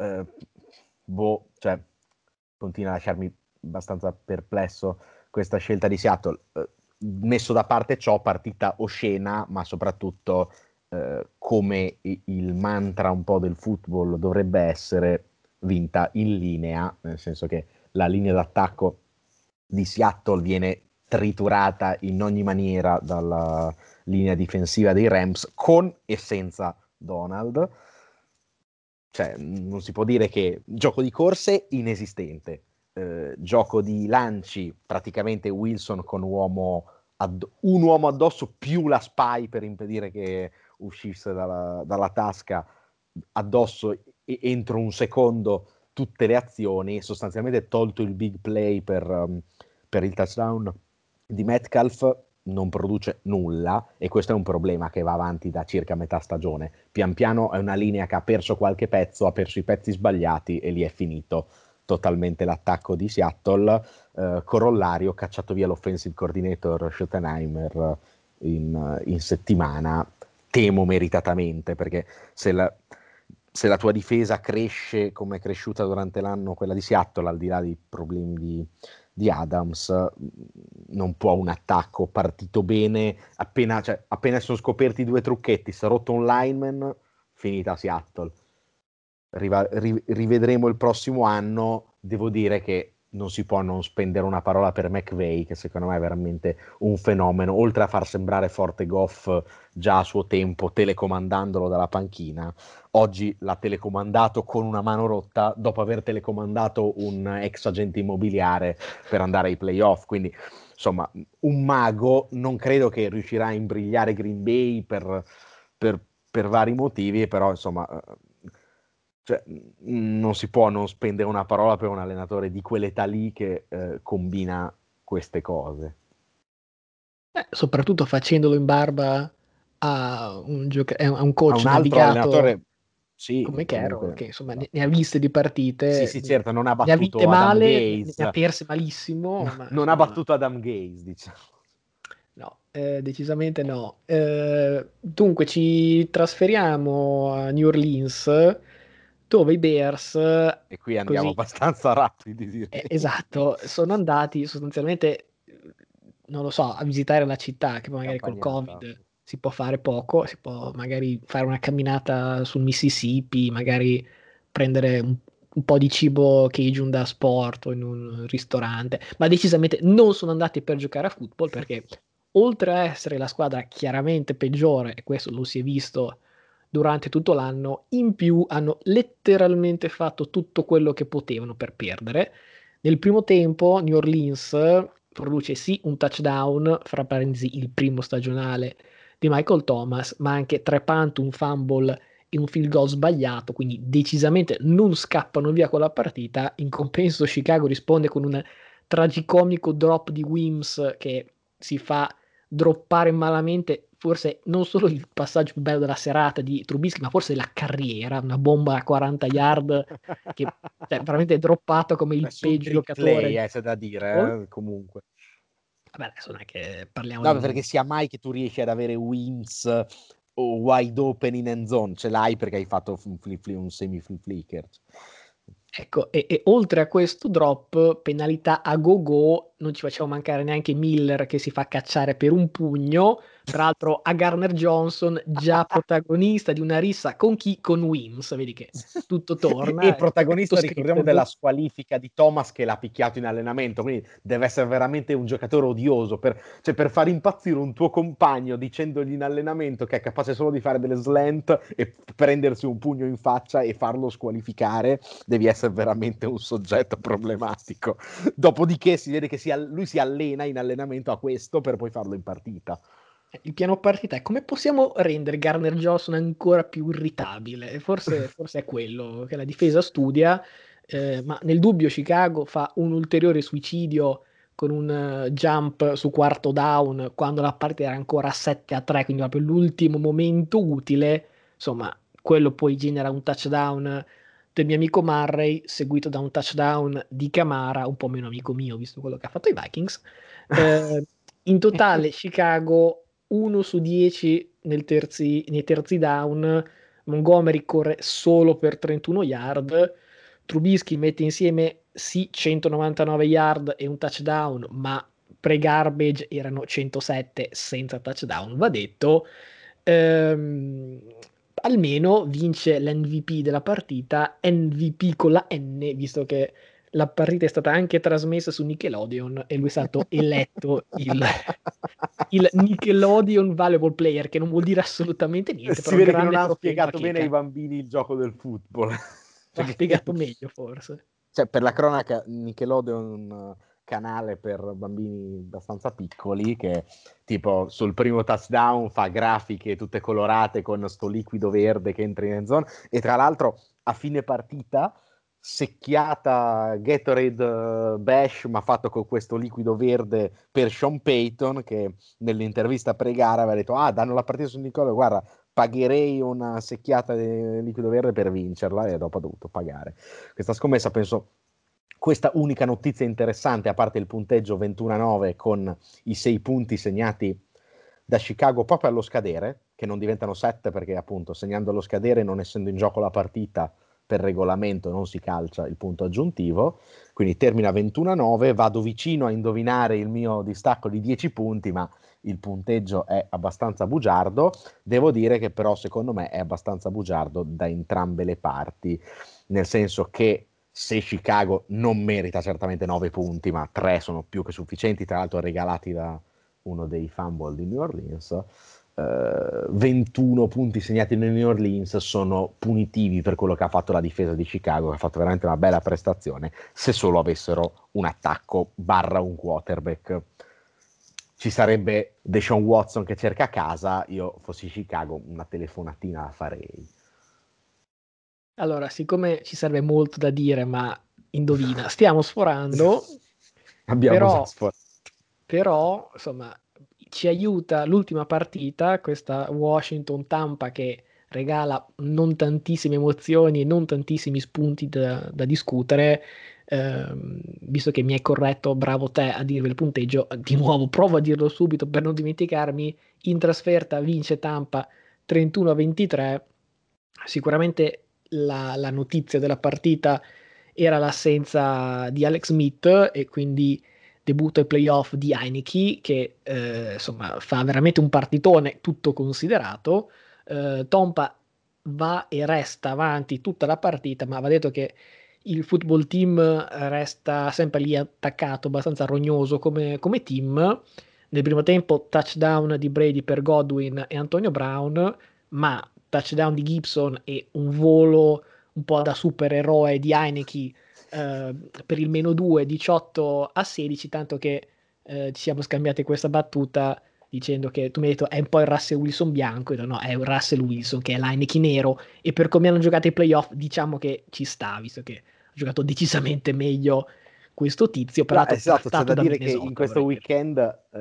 cioè, continua a lasciarmi abbastanza perplesso questa scelta di Seattle. Messo da parte ciò, partita oscena, ma soprattutto come il mantra un po' del football dovrebbe essere, vinta in linea, nel senso che la linea d'attacco di Seattle viene triturata in ogni maniera dalla linea difensiva dei Rams, con e senza Donald. Cioè, non si può dire che gioco di corse inesistente, gioco di lanci praticamente Wilson con un uomo addosso più la spy per impedire che uscisse dalla tasca addosso entro un secondo tutte le azioni, sostanzialmente tolto il big play per il touchdown di Metcalf, non produce nulla, e questo è un problema che va avanti da circa metà stagione. Pian piano è una linea che ha perso qualche pezzo, ha perso i pezzi sbagliati e lì è finito totalmente l'attacco di Seattle. Corollario, cacciato via l'offensive coordinator Schottenheimer in settimana, temo meritatamente, perché se la tua difesa cresce come è cresciuta durante l'anno quella di Seattle, al di là dei problemi di Adams, non può un attacco partito bene, appena sono scoperti 2 trucchetti, si è rotto un lineman, finita Seattle. Rivedremo il prossimo anno. Devo dire che non si può non spendere una parola per McVay, che secondo me è veramente un fenomeno, oltre a far sembrare forte Goff già a suo tempo telecomandandolo dalla panchina. Oggi l'ha telecomandato con una mano rotta dopo aver telecomandato un ex agente immobiliare per andare ai playoff, quindi insomma un mago. Non credo che riuscirà a imbrigliare Green Bay per vari motivi, però insomma cioè, non si può non spendere una parola per un allenatore di quell'età lì che combina queste cose. Soprattutto facendolo in barba a a un A coach un altro navigato allenatore, sì, come Carroll, comunque. che insomma ne ha viste di Sì, partite, sì, certo, non ha ne ha vinte battuto Adam male, ne Gaze, ha perse malissimo, ma non ha insomma battuto Adam Gaze, diciamo. no, decisamente no. Dunque ci trasferiamo a New Orleans, dove i Bears, E qui andiamo così, abbastanza rapidi, direi. esatto, sono andati sostanzialmente, non lo so, a visitare la città, che poi magari col Campagnata. Covid si può fare poco, si può magari fare una camminata sul Mississippi, magari prendere un po' di cibo Cajun da sport o in un ristorante, ma decisamente non sono andati per giocare a football perché oltre a essere la squadra chiaramente peggiore, e questo lo si è visto durante tutto l'anno, in più hanno letteralmente fatto tutto quello che potevano per perdere. Nel primo tempo New Orleans produce sì un touchdown, fra parentesi il primo stagionale di Michael Thomas, ma anche 3 punt, un fumble e un field goal sbagliato, quindi decisamente non scappano via con la partita. In compenso Chicago risponde con un tragicomico drop di Wims che si fa droppare malamente forse non solo il passaggio più bello della serata di Trubisky, ma forse della carriera, una bomba a 40 yard che cioè, veramente è droppato come il Sul peggio trick giocatore play, di c'è da football. dire, comunque. Vabbè, adesso non è che parliamo di No, un... perché sia mai che tu riesci ad avere wins o wide open in end zone, ce l'hai perché hai fatto un semi flip flicker. Ecco, e oltre a questo drop, penalità a go-go, non ci facciamo mancare neanche Miller che si fa cacciare per un pugno, peraltro a Garner Johnson, già protagonista di una rissa con chi? Con Wims, vedi che tutto E torna, è tutto protagonista, ricordiamo, scripted. della squalifica di Thomas che l'ha picchiato in allenamento, quindi deve essere veramente un giocatore odioso per far impazzire un tuo compagno dicendogli in allenamento che è capace solo di fare delle slant e prendersi un pugno in faccia e farlo squalificare. Devi essere veramente un soggetto problematico. Dopodiché si vede che lui si allena in allenamento a questo per poi farlo in partita. Il piano partita è come possiamo rendere Garner Johnson ancora più irritabile? E forse è quello che la difesa studia, ma nel dubbio Chicago fa un ulteriore suicidio con un jump su quarto down quando la partita era ancora 7-3, quindi proprio l'ultimo momento utile. Insomma, quello poi genera un touchdown del mio amico Murray, seguito da un touchdown di Camara, un po' meno amico mio, visto quello che ha fatto i Vikings. In totale, Chicago 1 su 10 nei terzi down. Montgomery corre solo per 31 yard. Trubisky mette insieme sì 199 yard e un touchdown, ma pre-garbage erano 107 senza touchdown, va detto. Ehm, Almeno vince l'MVP della partita, MVP con la N, visto che la partita è stata anche trasmessa su Nickelodeon e lui è stato eletto il Nickelodeon Valuable Player, che non vuol dire assolutamente niente, Si però vede che non grande ha trofeo in spiegato bene ai bacheca. bambini il gioco del football. L'ha Perché- spiegato meglio, forse. Cioè, per la cronaca, Nickelodeon è un canale per bambini abbastanza piccoli che tipo sul primo touchdown fa grafiche tutte colorate con sto liquido verde che entra in end zone e tra l'altro a fine partita secchiata Gatorade Bash ma fatto con questo liquido verde per Sean Payton che nell'intervista pre-gara aveva detto danno la partita su Nickelodeon, guarda pagherei una secchiata di liquido verde per vincerla e dopo ha dovuto pagare questa scommessa. Penso questa unica notizia interessante, a parte il punteggio 21-9 con i 6 punti segnati da Chicago proprio allo scadere, che non diventano 7 perché appunto segnando allo scadere, non essendo in gioco la partita per regolamento non si calcia il punto aggiuntivo, quindi termina 21-9, vado vicino a indovinare il mio distacco di 10 punti, ma il punteggio è abbastanza bugiardo. Devo dire che però secondo me è abbastanza bugiardo da entrambe le parti, nel senso che se Chicago non merita certamente 9 punti, ma 3 sono più che sufficienti, tra l'altro regalati da uno dei fumble di New Orleans, 21 punti segnati nel New Orleans sono punitivi per quello che ha fatto la difesa di Chicago, che ha fatto veramente una bella prestazione, se solo avessero un attacco barra un quarterback. Ci sarebbe Deshaun Watson che cerca casa, io fossi Chicago una telefonatina la farei. Allora, siccome ci serve molto da dire, ma indovina, stiamo sforando, Abbiamo già però, sforato. però, insomma, ci aiuta l'ultima partita, questa Washington-Tampa che regala non tantissime emozioni e non tantissimi spunti da discutere. Visto che mi hai corretto, bravo te a dirvi il punteggio, di nuovo provo a dirlo subito per non dimenticarmi. In trasferta vince Tampa 31-23. Sicuramente la notizia della partita era l'assenza di Alex Smith e quindi debutto ai playoff di Heineke che insomma fa veramente un partitone tutto considerato. Tompa va e resta avanti tutta la partita, ma va detto che il football team resta sempre lì attaccato, abbastanza rognoso come team. Nel primo tempo touchdown di Brady per Godwin e Antonio Brown, ma touchdown di Gibson e un volo un po' da supereroe di Heineke per il -2, 18-16, tanto che ci siamo scambiati questa battuta dicendo che tu mi hai detto è un po' il Russell Wilson bianco, io ho detto, no, è un Russell Wilson che è l'Heineke nero e per come hanno giocato i playoff diciamo che ci sta, visto che ha giocato decisamente meglio questo tizio, No, peraltro esatto, c'è draftato da da dire che in Minnesota, questo vorrei dire. weekend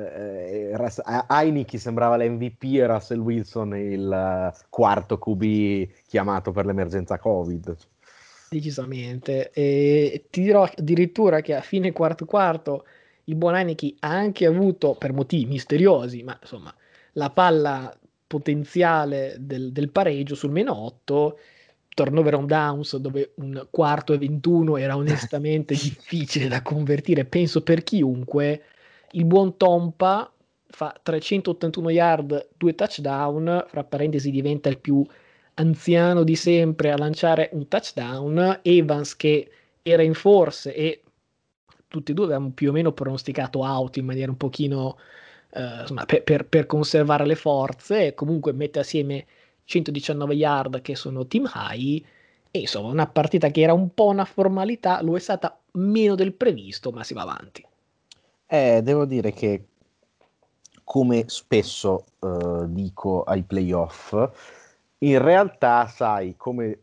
Heineken sembrava l'MVP e Russell Wilson il quarto QB chiamato per l'emergenza Covid. Decisamente. E ti dirò addirittura che a fine quarto quarto il buon Heineke ha anche avuto, per motivi misteriosi, ma insomma, la palla potenziale del pareggio sul -8, turnover on downs, dove un quarto e 21 era onestamente difficile da convertire, penso per chiunque. Il buon Tompa fa 381 yard, 2 touchdown, fra parentesi diventa il più anziano di sempre a lanciare un touchdown. Evans che era in force e tutti e due avevamo più o meno pronosticato out in maniera un pochino insomma, per conservare le forze, e comunque mette assieme 119 yard che sono team high e insomma una partita che era un po' una formalità, lo è stata meno del previsto, ma si va avanti. Devo dire che, come spesso dico ai playoff, in realtà, sai,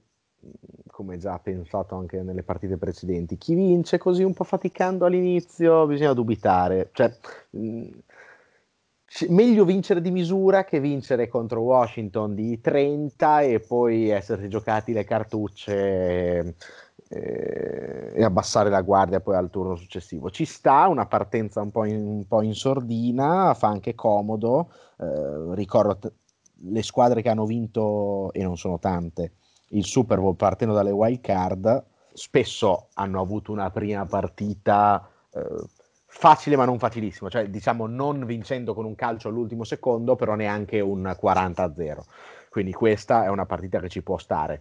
come già pensato anche nelle partite precedenti, chi vince così un po' faticando all'inizio bisogna dubitare. Cioè, meglio vincere di misura che vincere contro Washington di 30 e poi essersi giocati le cartucce e abbassare la guardia poi al turno successivo. Ci sta una partenza un po' in sordina, fa anche comodo, Ricordo le squadre che hanno vinto, e non sono tante, il Super Bowl partendo dalle wild card, spesso hanno avuto una prima partita facile ma non facilissima, cioè diciamo non vincendo con un calcio all'ultimo secondo, però neanche un 40-0. Quindi questa è una partita che ci può stare.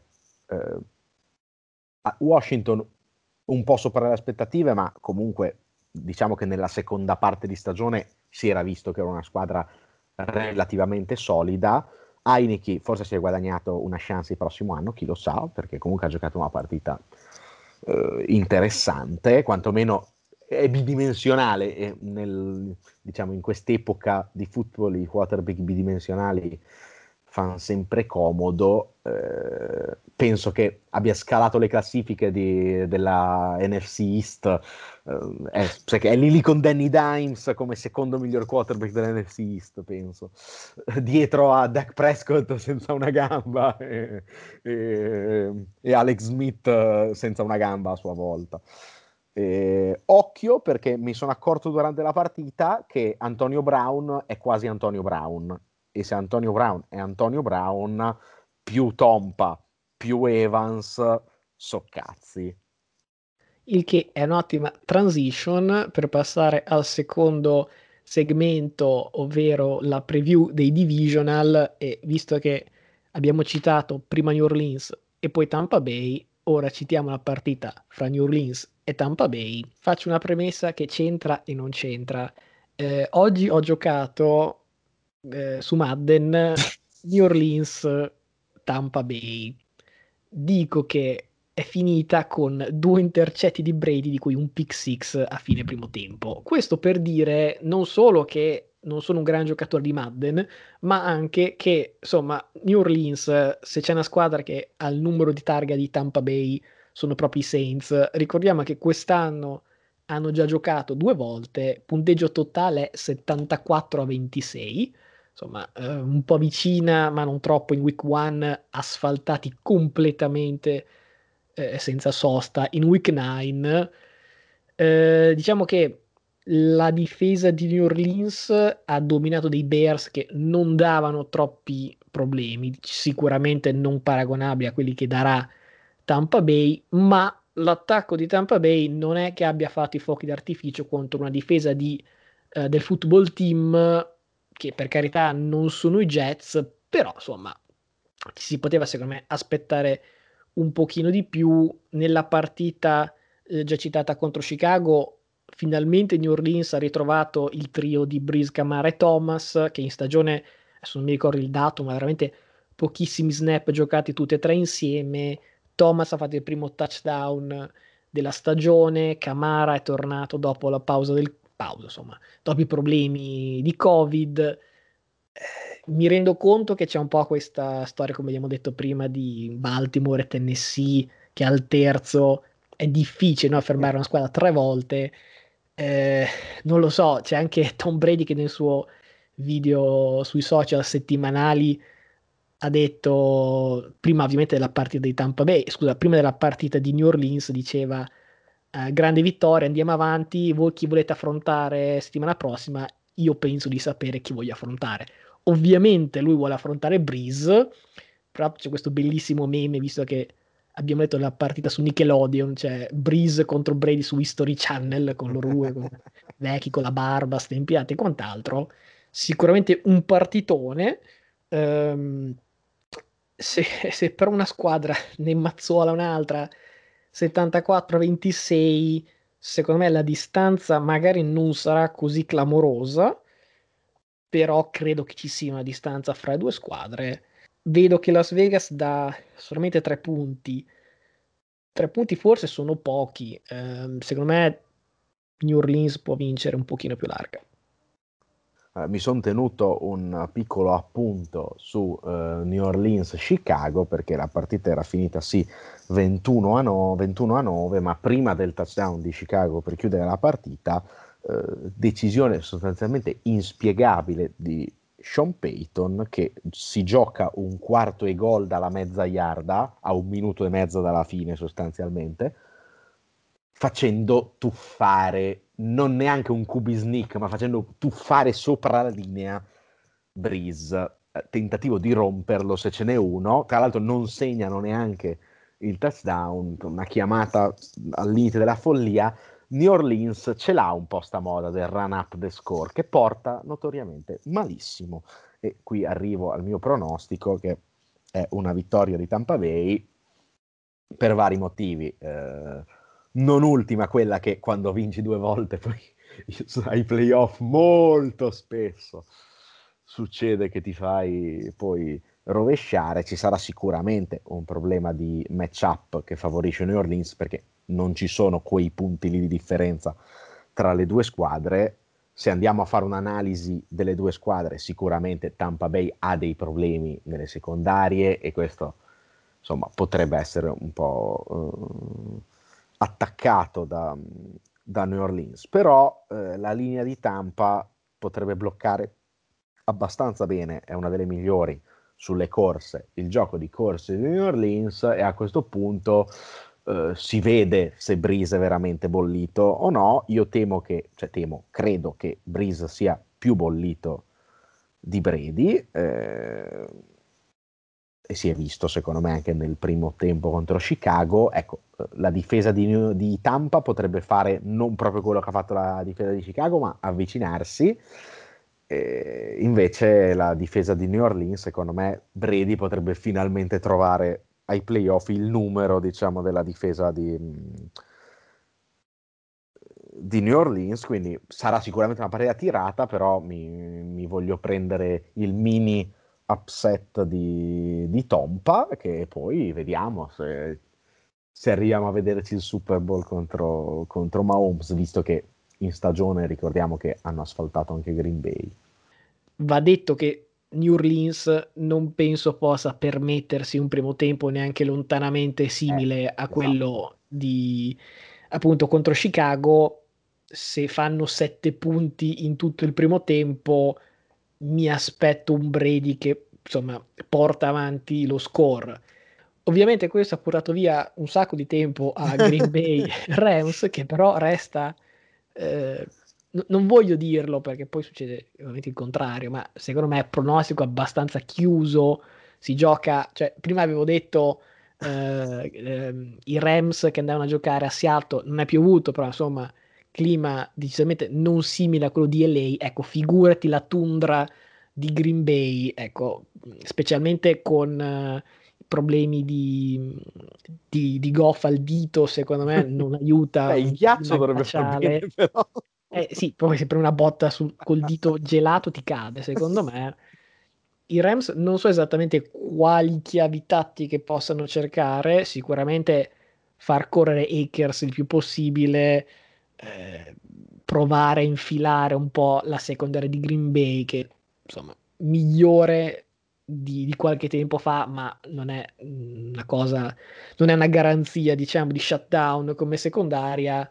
Washington un po' sopra le aspettative, ma comunque diciamo che nella seconda parte di stagione si era visto che era una squadra relativamente solida. Heineke forse si è guadagnato una chance il prossimo anno, chi lo sa, perché comunque ha giocato una partita interessante, quantomeno è bidimensionale e diciamo, in quest'epoca di football i quarterback bidimensionali fanno sempre comodo. Penso che abbia scalato le classifiche della NFC East, perché è lì con Danny Dimes come secondo miglior quarterback dell'NFC East, penso, dietro a Dak Prescott senza una gamba e Alex Smith senza una gamba a sua volta. Occhio, perché mi sono accorto durante la partita che Antonio Brown è quasi Antonio Brown, e se Antonio Brown è Antonio Brown, più Tompa, più Evans, so cazzi. Il che è un'ottima transition per passare al secondo segmento, ovvero la preview dei divisional. E visto che abbiamo citato prima New Orleans e poi Tampa Bay, ora citiamo la partita fra New Orleans e Tampa Bay. Faccio una premessa che c'entra e non c'entra. Oggi ho giocato su Madden New Orleans Tampa Bay. Dico che è finita con 2 intercetti di Brady, di cui un pick six a fine primo tempo. Questo per dire non solo che non sono un gran giocatore di Madden, ma anche che, insomma, New Orleans, se c'è una squadra che ha il numero di targa di Tampa Bay, sono proprio i Saints. Ricordiamo che quest'anno hanno già giocato 2 volte, punteggio totale è 74-26, insomma, un po' vicina, ma non troppo in week one, asfaltati completamente senza sosta in week 9. Diciamo che la difesa di New Orleans ha dominato dei Bears che non davano troppi problemi, sicuramente non paragonabili a quelli che darà Tampa Bay, ma l'attacco di Tampa Bay non è che abbia fatto i fuochi d'artificio contro una difesa del football team che per carità non sono i Jets, però insomma ci si poteva secondo me aspettare un pochino di più nella partita già citata contro Chicago. Finalmente New Orleans ha ritrovato il trio di Breeze, Camara e Thomas, che in stagione, adesso non mi ricordo il dato, ma veramente pochissimi snap giocati tutti e tre insieme. Thomas ha fatto il primo touchdown della stagione, Camara è tornato dopo la pausa, insomma, dopo i problemi di Covid. Mi rendo conto che c'è un po' questa storia, come abbiamo detto prima, di Baltimore e Tennessee, che al terzo è difficile, no, fermare una squadra 3 volte. Eh, non lo so, c'è anche Tom Brady che nel suo video sui social settimanali ha detto, prima ovviamente della partita di Tampa Bay, scusa, prima della partita di New Orleans, diceva grande vittoria, andiamo avanti, voi chi volete affrontare settimana prossima? Io penso di sapere chi voglio affrontare. Ovviamente lui vuole affrontare Breeze, però c'è questo bellissimo meme, visto che abbiamo detto la partita su Nickelodeon, cioè Breeze contro Brady su History Channel, con loro due vecchi con la barba stempiata e quant'altro. Sicuramente un partitone. Ehm, se, se per una squadra ne mazzola un'altra 74-26, secondo me la distanza magari non sarà così clamorosa, però credo che ci sia una distanza fra le due squadre. Vedo che Las Vegas dà solamente 3 punti. 3 punti forse sono pochi. Secondo me New Orleans può vincere un pochino più larga. Mi sono tenuto un piccolo appunto su New Orleans-Chicago, perché la partita era finita sì 21-9, ma prima del touchdown di Chicago per chiudere la partita, decisione sostanzialmente inspiegabile di Sean Payton, che si gioca un quarto e gol dalla mezza yarda a 1 minuto e mezzo dalla fine sostanzialmente, facendo tuffare non neanche un QB sneak, ma facendo tuffare sopra la linea Breeze, tentativo di romperlo se ce n'è uno, tra l'altro non segnano neanche il touchdown, una chiamata al limite della follia. New Orleans ce l'ha un po' sta moda del run up the score che porta notoriamente malissimo, e qui arrivo al mio pronostico, che è una vittoria di Tampa Bay per vari motivi, non ultima quella che quando vinci 2 volte poi ai playoff molto spesso succede che ti fai poi rovesciare. Ci sarà sicuramente un problema di matchup che favorisce New Orleans, perché non ci sono quei punti lì di differenza tra le due squadre. Se andiamo a fare un'analisi delle due squadre, sicuramente Tampa Bay ha dei problemi nelle secondarie, e questo insomma potrebbe essere un po' attaccato da New Orleans, però la linea di Tampa potrebbe bloccare abbastanza bene, è una delle migliori sulle corse, il gioco di corse di New Orleans, e a questo punto si vede se Breeze è veramente bollito o no. Io credo che Breeze sia più bollito di Brady, e si è visto secondo me anche nel primo tempo contro Chicago. Ecco, la difesa di Tampa potrebbe fare non proprio quello che ha fatto la difesa di Chicago, ma avvicinarsi. Invece la difesa di New Orleans, secondo me Brady potrebbe finalmente trovare ai playoff il numero, diciamo, della difesa di New Orleans, quindi sarà sicuramente una partita tirata, però mi voglio prendere il mini upset di Tompa, che poi vediamo se arriviamo a vederci il Super Bowl contro Mahomes, visto che in stagione ricordiamo che hanno asfaltato anche Green Bay. Va detto che New Orleans non penso possa permettersi un primo tempo neanche lontanamente simile a Esatto. quello di appunto contro Chicago. Se fanno 7 punti in tutto il primo tempo, mi aspetto un Brady che insomma porta avanti lo score. Ovviamente questo ha portato via un sacco di tempo a Green Bay Rams, che però resta, eh, non voglio dirlo perché poi succede ovviamente il contrario, ma secondo me è pronostico abbastanza chiuso. Si gioca, cioè prima avevo detto i Rams che andavano a giocare a Seattle, non è piovuto, però insomma clima decisamente non simile a quello di LA. Ecco, figurati la tundra di Green Bay, ecco, specialmente con problemi di Goff al dito, secondo me non aiuta Il un ghiaccio clima dovrebbe far bene, glaciale. però. Sì, poi sempre una botta col dito gelato ti cade, secondo me. I Rams non so esattamente quali chiavi tattiche possano cercare, sicuramente far correre Akers il più possibile, eh, provare a infilare un po' la secondary di Green Bay, che insomma migliore di qualche tempo fa, ma non è una cosa, non è una garanzia, diciamo, di shutdown come secondaria.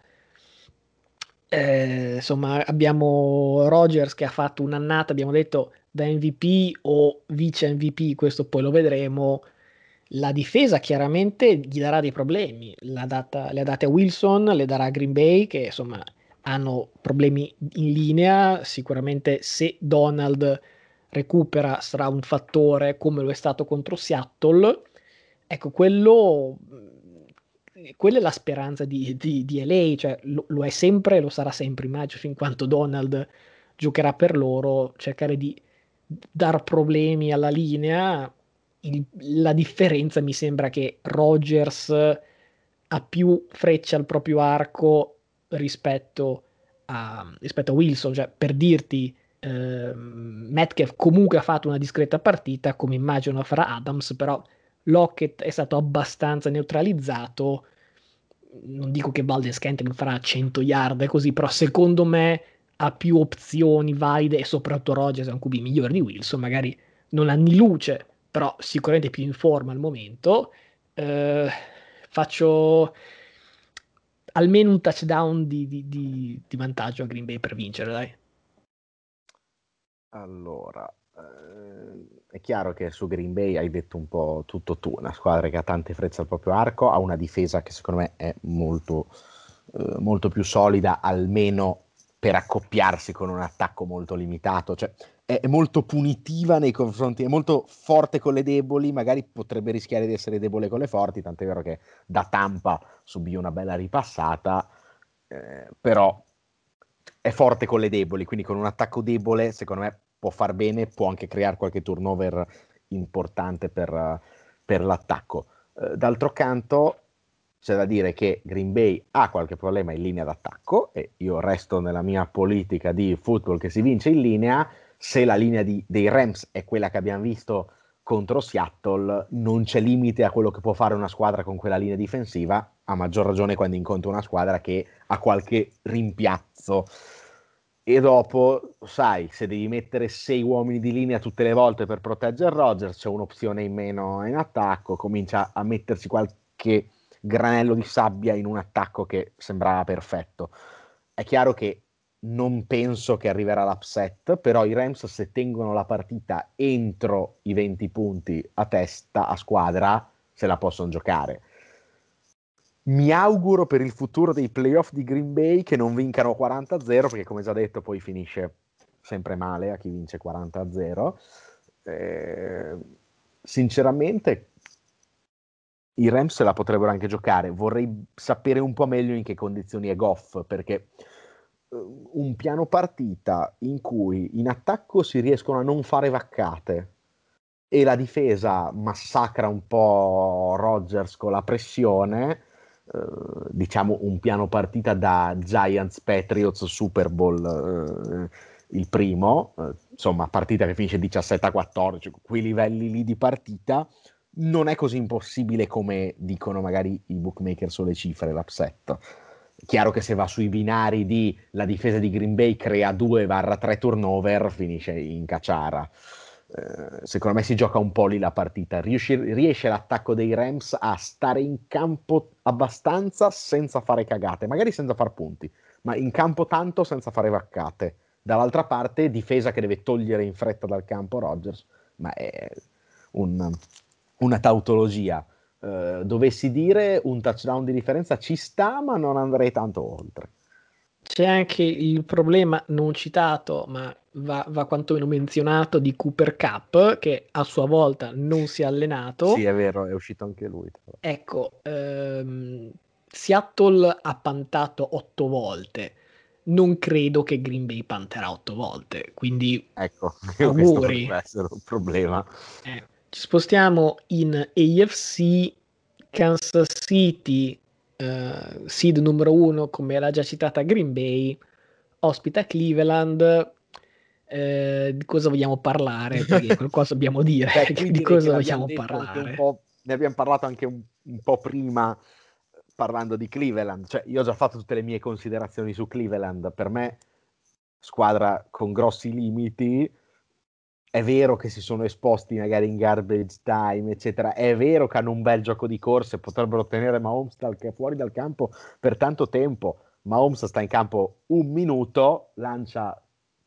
Insomma, abbiamo Rodgers che ha fatto un'annata, abbiamo detto, da MVP o vice MVP, questo poi lo vedremo. La difesa chiaramente gli darà dei problemi. Le ha date a Wilson, le darà a Green Bay, che insomma hanno problemi in linea. Sicuramente se Donald recupera sarà un fattore come lo è stato contro Seattle. Ecco, quella è la speranza di LA, cioè lo è sempre e lo sarà sempre, immagino, fin quanto Donald giocherà per loro, cercare di dar problemi alla linea. La differenza mi sembra che Rodgers ha più frecce al proprio arco rispetto a Wilson, cioè per dirti, Metcalf comunque ha fatto una discreta partita, come immagino farà Adams, però Lockett è stato abbastanza neutralizzato. Non dico che Valdez Scantling farà 100 yard e così, però secondo me ha più opzioni valide, e soprattutto Rodgers è un QB migliore di Wilson, magari non anni luce, però sicuramente più in forma al momento. Eh, faccio almeno un touchdown di vantaggio a Green Bay per vincere, dai. Allora, è chiaro che su Green Bay hai detto un po' tutto tu, una squadra che ha tante frecce al proprio arco, ha una difesa che secondo me è molto più solida, almeno per accoppiarsi con un attacco molto limitato. Cioè, è molto punitiva nei confronti, è molto forte con le deboli, magari potrebbe rischiare di essere debole con le forti, tant'è vero che da Tampa subì una bella ripassata, però è forte con le deboli, quindi con un attacco debole secondo me può far bene, può anche creare qualche turnover importante per l'attacco. D'altro canto c'è da dire che Green Bay ha qualche problema in linea d'attacco e io resto nella mia politica di football che si vince in linea. Se la linea dei Rams è quella che abbiamo visto contro Seattle, non c'è limite a quello che può fare una squadra con quella linea difensiva, a maggior ragione quando incontra una squadra che ha qualche rimpiazzo. E dopo, sai, se devi mettere 6 uomini di linea tutte le volte per proteggere Rodgers, c'è un'opzione in meno in attacco, comincia a mettersi qualche granello di sabbia in un attacco che sembrava perfetto. È chiaro che non penso che arriverà l'upset, però i Rams se tengono la partita entro i 20 punti a testa, a squadra, se la possono giocare. Mi auguro per il futuro dei playoff di Green Bay che non vincano 40-0, perché come già detto poi finisce sempre male a chi vince 40-0. Sinceramente i Rams se la potrebbero anche giocare. Vorrei sapere un po' meglio in che condizioni è Goff, perché un piano partita in cui in attacco si riescono a non fare vaccate e la difesa massacra un po' Rodgers con la pressione, diciamo un piano partita da Giants Patriots Super Bowl, il primo, insomma partita che finisce 17-14, quei livelli lì di partita, non è così impossibile come dicono magari i bookmaker sulle cifre, l'upset. Chiaro che se va sui binari di la difesa di Green Bay crea 2/3 turnover, finisce in cacciara. Secondo me si gioca un po' lì la partita. Riesce l'attacco dei Rams a stare in campo abbastanza senza fare cagate, magari senza far punti, ma in campo tanto senza fare vaccate. Dall'altra parte, difesa che deve togliere in fretta dal campo Rodgers, ma è un, una tautologia. Dovessi dire un touchdown di differenza ci sta, ma non andrei tanto oltre. C'è anche il problema non citato, ma va quantomeno menzionato, di Cooper Cup, che a sua volta non si è Sì, allenato. è vero, è uscito anche lui. Ecco, Seattle ha pantato 8 volte. Non credo che Green Bay panterà 8 volte, quindi Ecco, questo auguri. potrebbe essere un problema. Ci spostiamo in AFC. Kansas City, seed numero 1, come era già citata Green Bay, ospita Cleveland. Di cosa vogliamo parlare? Perché qualcosa dobbiamo dire. Beh, qui Di direi che cosa l'abbiamo vogliamo detto anche un parlare? po', ne abbiamo parlato anche un po' prima parlando di Cleveland. Cioè, io ho già fatto tutte le mie considerazioni su Cleveland. Per me, squadra con grossi limiti. È vero che si sono esposti magari in garbage time, eccetera. È vero che hanno un bel gioco di corse, potrebbero tenere Mahomes fuori dal campo per tanto tempo. Mahomes sta in campo un minuto, lancia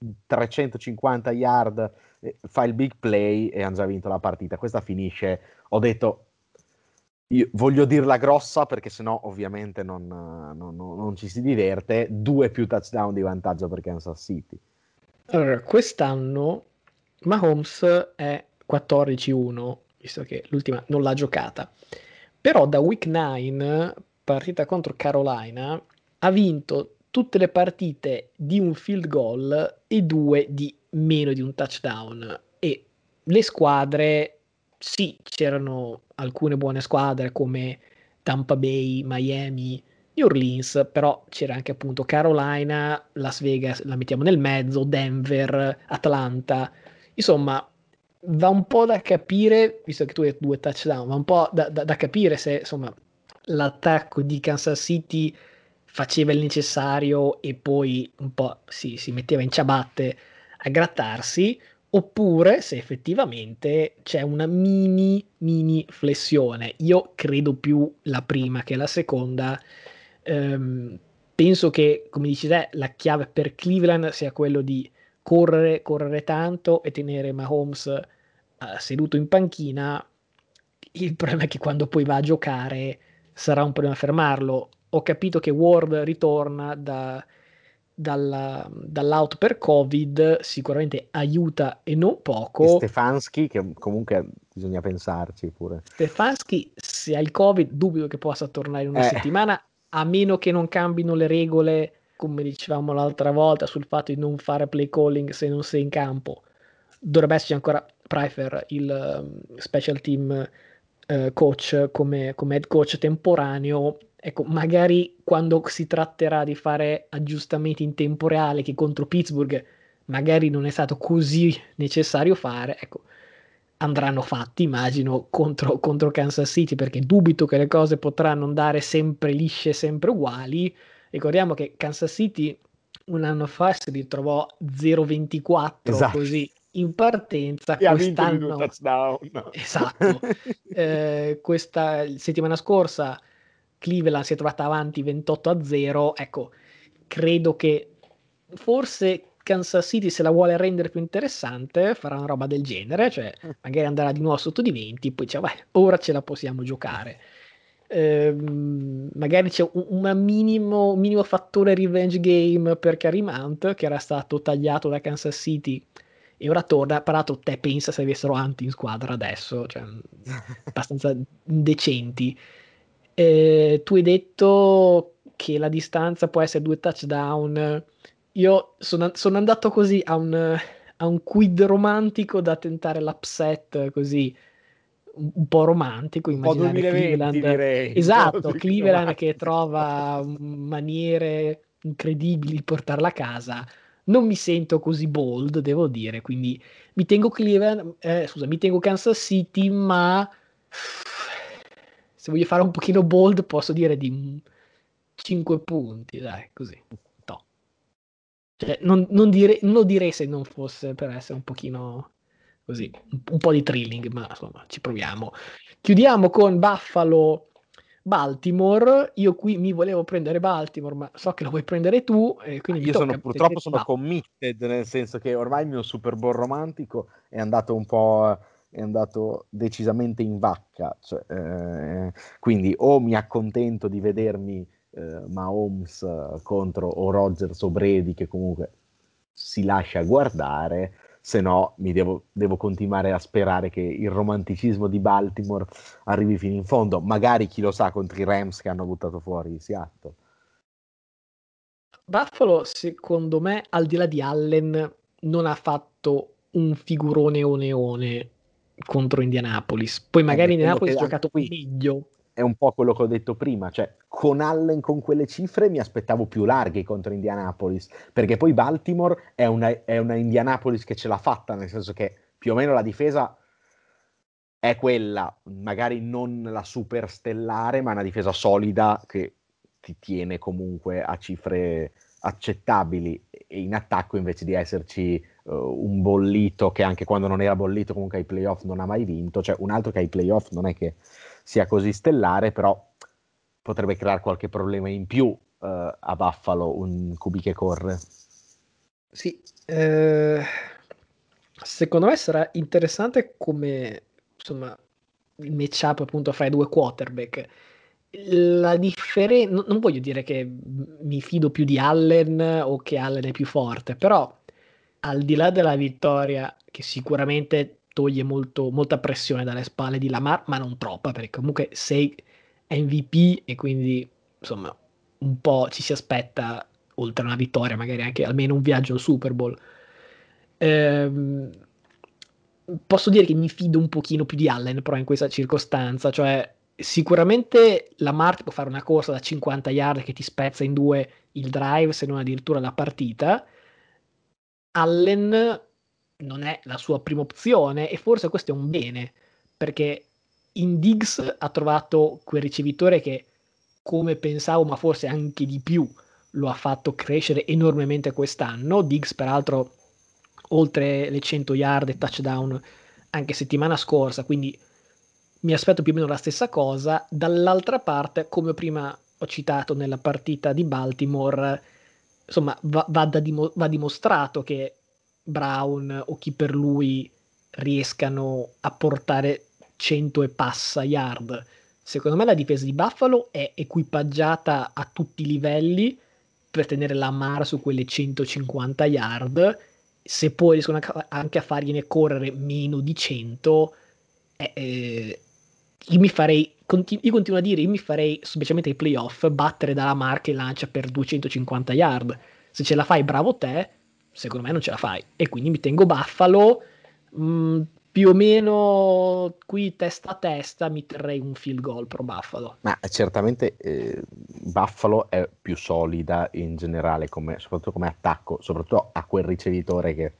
350 yard, fa il big play e hanno già vinto la partita. Questa finisce, ho detto, io voglio dirla grossa perché sennò ovviamente non ci si diverte, 2 più touchdown di vantaggio per Kansas City. Allora, quest'anno Mahomes è 14-1, visto che l'ultima non l'ha giocata. Però da Week 9, partita contro Carolina, ha vinto tutte le partite di un field goal e 2 di meno di un touchdown. E le squadre, sì, c'erano alcune buone squadre come Tampa Bay, Miami, New Orleans, però c'era anche appunto Carolina, Las Vegas, la mettiamo nel mezzo, Denver, Atlanta. Insomma, va un po' da capire, visto che tu hai 2 touchdown, va un po' da capire se insomma l'attacco di Kansas City faceva il necessario e poi un po' si metteva in ciabatte a grattarsi, oppure se effettivamente c'è una mini flessione. Io credo più la prima che la seconda. Ehm, Penso che, come dici te, la chiave per Cleveland sia quello di correre tanto e tenere Mahomes seduto in panchina. Il problema è che quando poi va a giocare sarà un problema fermarlo. Ho capito che Ward ritorna dall'out per Covid sicuramente aiuta e non E poco. Stefanski, che comunque bisogna pensarci pure. Stefanski, se ha il Covid, dubito che possa tornare in una Eh. settimana, a meno che non cambino le regole, come dicevamo l'altra volta, sul fatto di non fare play calling se non sei in campo. Dovrebbe esserci ancora Pfeiffer, il special team coach, come head coach temporaneo. Ecco, magari quando si tratterà di fare aggiustamenti in tempo reale, che contro Pittsburgh magari non è stato così necessario fare, ecco, andranno fatti, immagino, contro Kansas City, perché dubito che le cose potranno andare sempre lisce, sempre uguali. Ricordiamo che Kansas City un anno fa si ritrovò 0-24 Esatto. così in partenza, E ha vinto di 2 quest'anno, touchdown. esatto, questa settimana scorsa Cleveland si è trovata avanti 28-0, ecco, credo che forse Kansas City, se la vuole rendere più interessante, farà una roba del genere, cioè magari andrà di nuovo sotto di 20, poi dice, beh, ora ce la possiamo giocare. Magari c'è un minimo fattore revenge game per Kareem Hunt, che era stato tagliato da Kansas City e ora torna. Parato, te pensa se avessero Hunt in squadra adesso, cioè abbastanza indecenti. Tu hai detto che la distanza può essere 2 touchdown. Io sono andato così a un quid romantico da tentare l'upset così un po' romantico, Un po' immaginare 2020 Cleveland, direi, un po' esatto, di Cleveland che romantico. trova maniere incredibili di portarla a casa. Non mi sento così bold, devo dire, quindi mi tengo Cleveland, scusa, mi tengo Kansas City, ma se voglio fare un pochino bold posso dire di 5 punti, dai, così. No. Cioè, non lo direi se non fosse per essere un pochino così, un po' di thrilling, ma insomma, ci proviamo. Chiudiamo con Buffalo Baltimore. Io qui mi volevo prendere Baltimore, ma so che lo vuoi prendere tu, e quindi mi Io tocca purtroppo tenere sono Buffalo. committed, nel senso che ormai il mio Super Bowl romantico è andato un po', è andato decisamente in vacca, cioè, quindi o mi accontento di vedermi Mahomes contro o Rodgers o Brady, che comunque si lascia guardare, se no devo continuare a sperare che il romanticismo di Baltimore arrivi fino in fondo, magari chi lo sa contro i Rams che hanno buttato fuori Seattle. Buffalo, secondo me, al di là di Allen, non ha fatto un figurone o neone contro Indianapolis. Poi magari Quello che Indianapolis ha anche giocato qui meglio. è un po' quello che ho detto prima, cioè con Allen con quelle cifre mi aspettavo più larghi contro Indianapolis, perché poi Baltimore è una Indianapolis che ce l'ha fatta, nel senso che più o meno la difesa è quella, magari non la super stellare, ma una difesa solida che ti tiene comunque a cifre accettabili, e in attacco invece di esserci un bollito che anche quando non era bollito comunque ai playoff non ha mai vinto, cioè un altro che ai playoff non è che sia così stellare, però potrebbe creare qualche problema in più a Buffalo, un QB che corre. Sì, secondo me sarà interessante come, insomma, il matchup appunto fra i due quarterback. La differenza, non voglio dire che mi fido più di Allen o che Allen è più forte, però al di là della vittoria, che sicuramente toglie molta pressione dalle spalle di Lamar, ma non troppa, perché comunque sei MVP e quindi insomma un po' ci si aspetta, oltre a una vittoria, magari anche almeno un viaggio al Super Bowl. Ehm, Posso dire che mi fido un pochino più di Allen, però in questa circostanza, cioè sicuramente Lamar ti può fare una corsa da 50 yard che ti spezza in due il drive, se non addirittura la partita. Allen non è la sua prima opzione e forse questo è un bene, perché in Diggs ha trovato quel ricevitore che, come pensavo, ma forse anche di più, lo ha fatto crescere enormemente quest'anno. Diggs, peraltro, oltre le 100 yard e touchdown anche settimana scorsa, quindi mi aspetto più o meno la stessa cosa. Dall'altra parte, come prima ho citato nella partita di Baltimore, insomma, va dimostrato che Brown o chi per lui riescano a portare 100 e passa yard. Secondo me la difesa di Buffalo è equipaggiata a tutti i livelli per tenere Lamar su quelle 150 yard. Se poi riescono anche a fargliene correre meno di 100, io continuo a dire, io mi farei, specialmente ai playoff, battere dalla Lamar che lancia per 250 yard. Se ce la fai, bravo te, secondo me non ce la fai. E quindi mi tengo Buffalo, più o meno qui testa a testa mi terrei un field goal pro Buffalo. Ma certamente Buffalo è più solida in generale, soprattutto come attacco, soprattutto a quel ricevitore che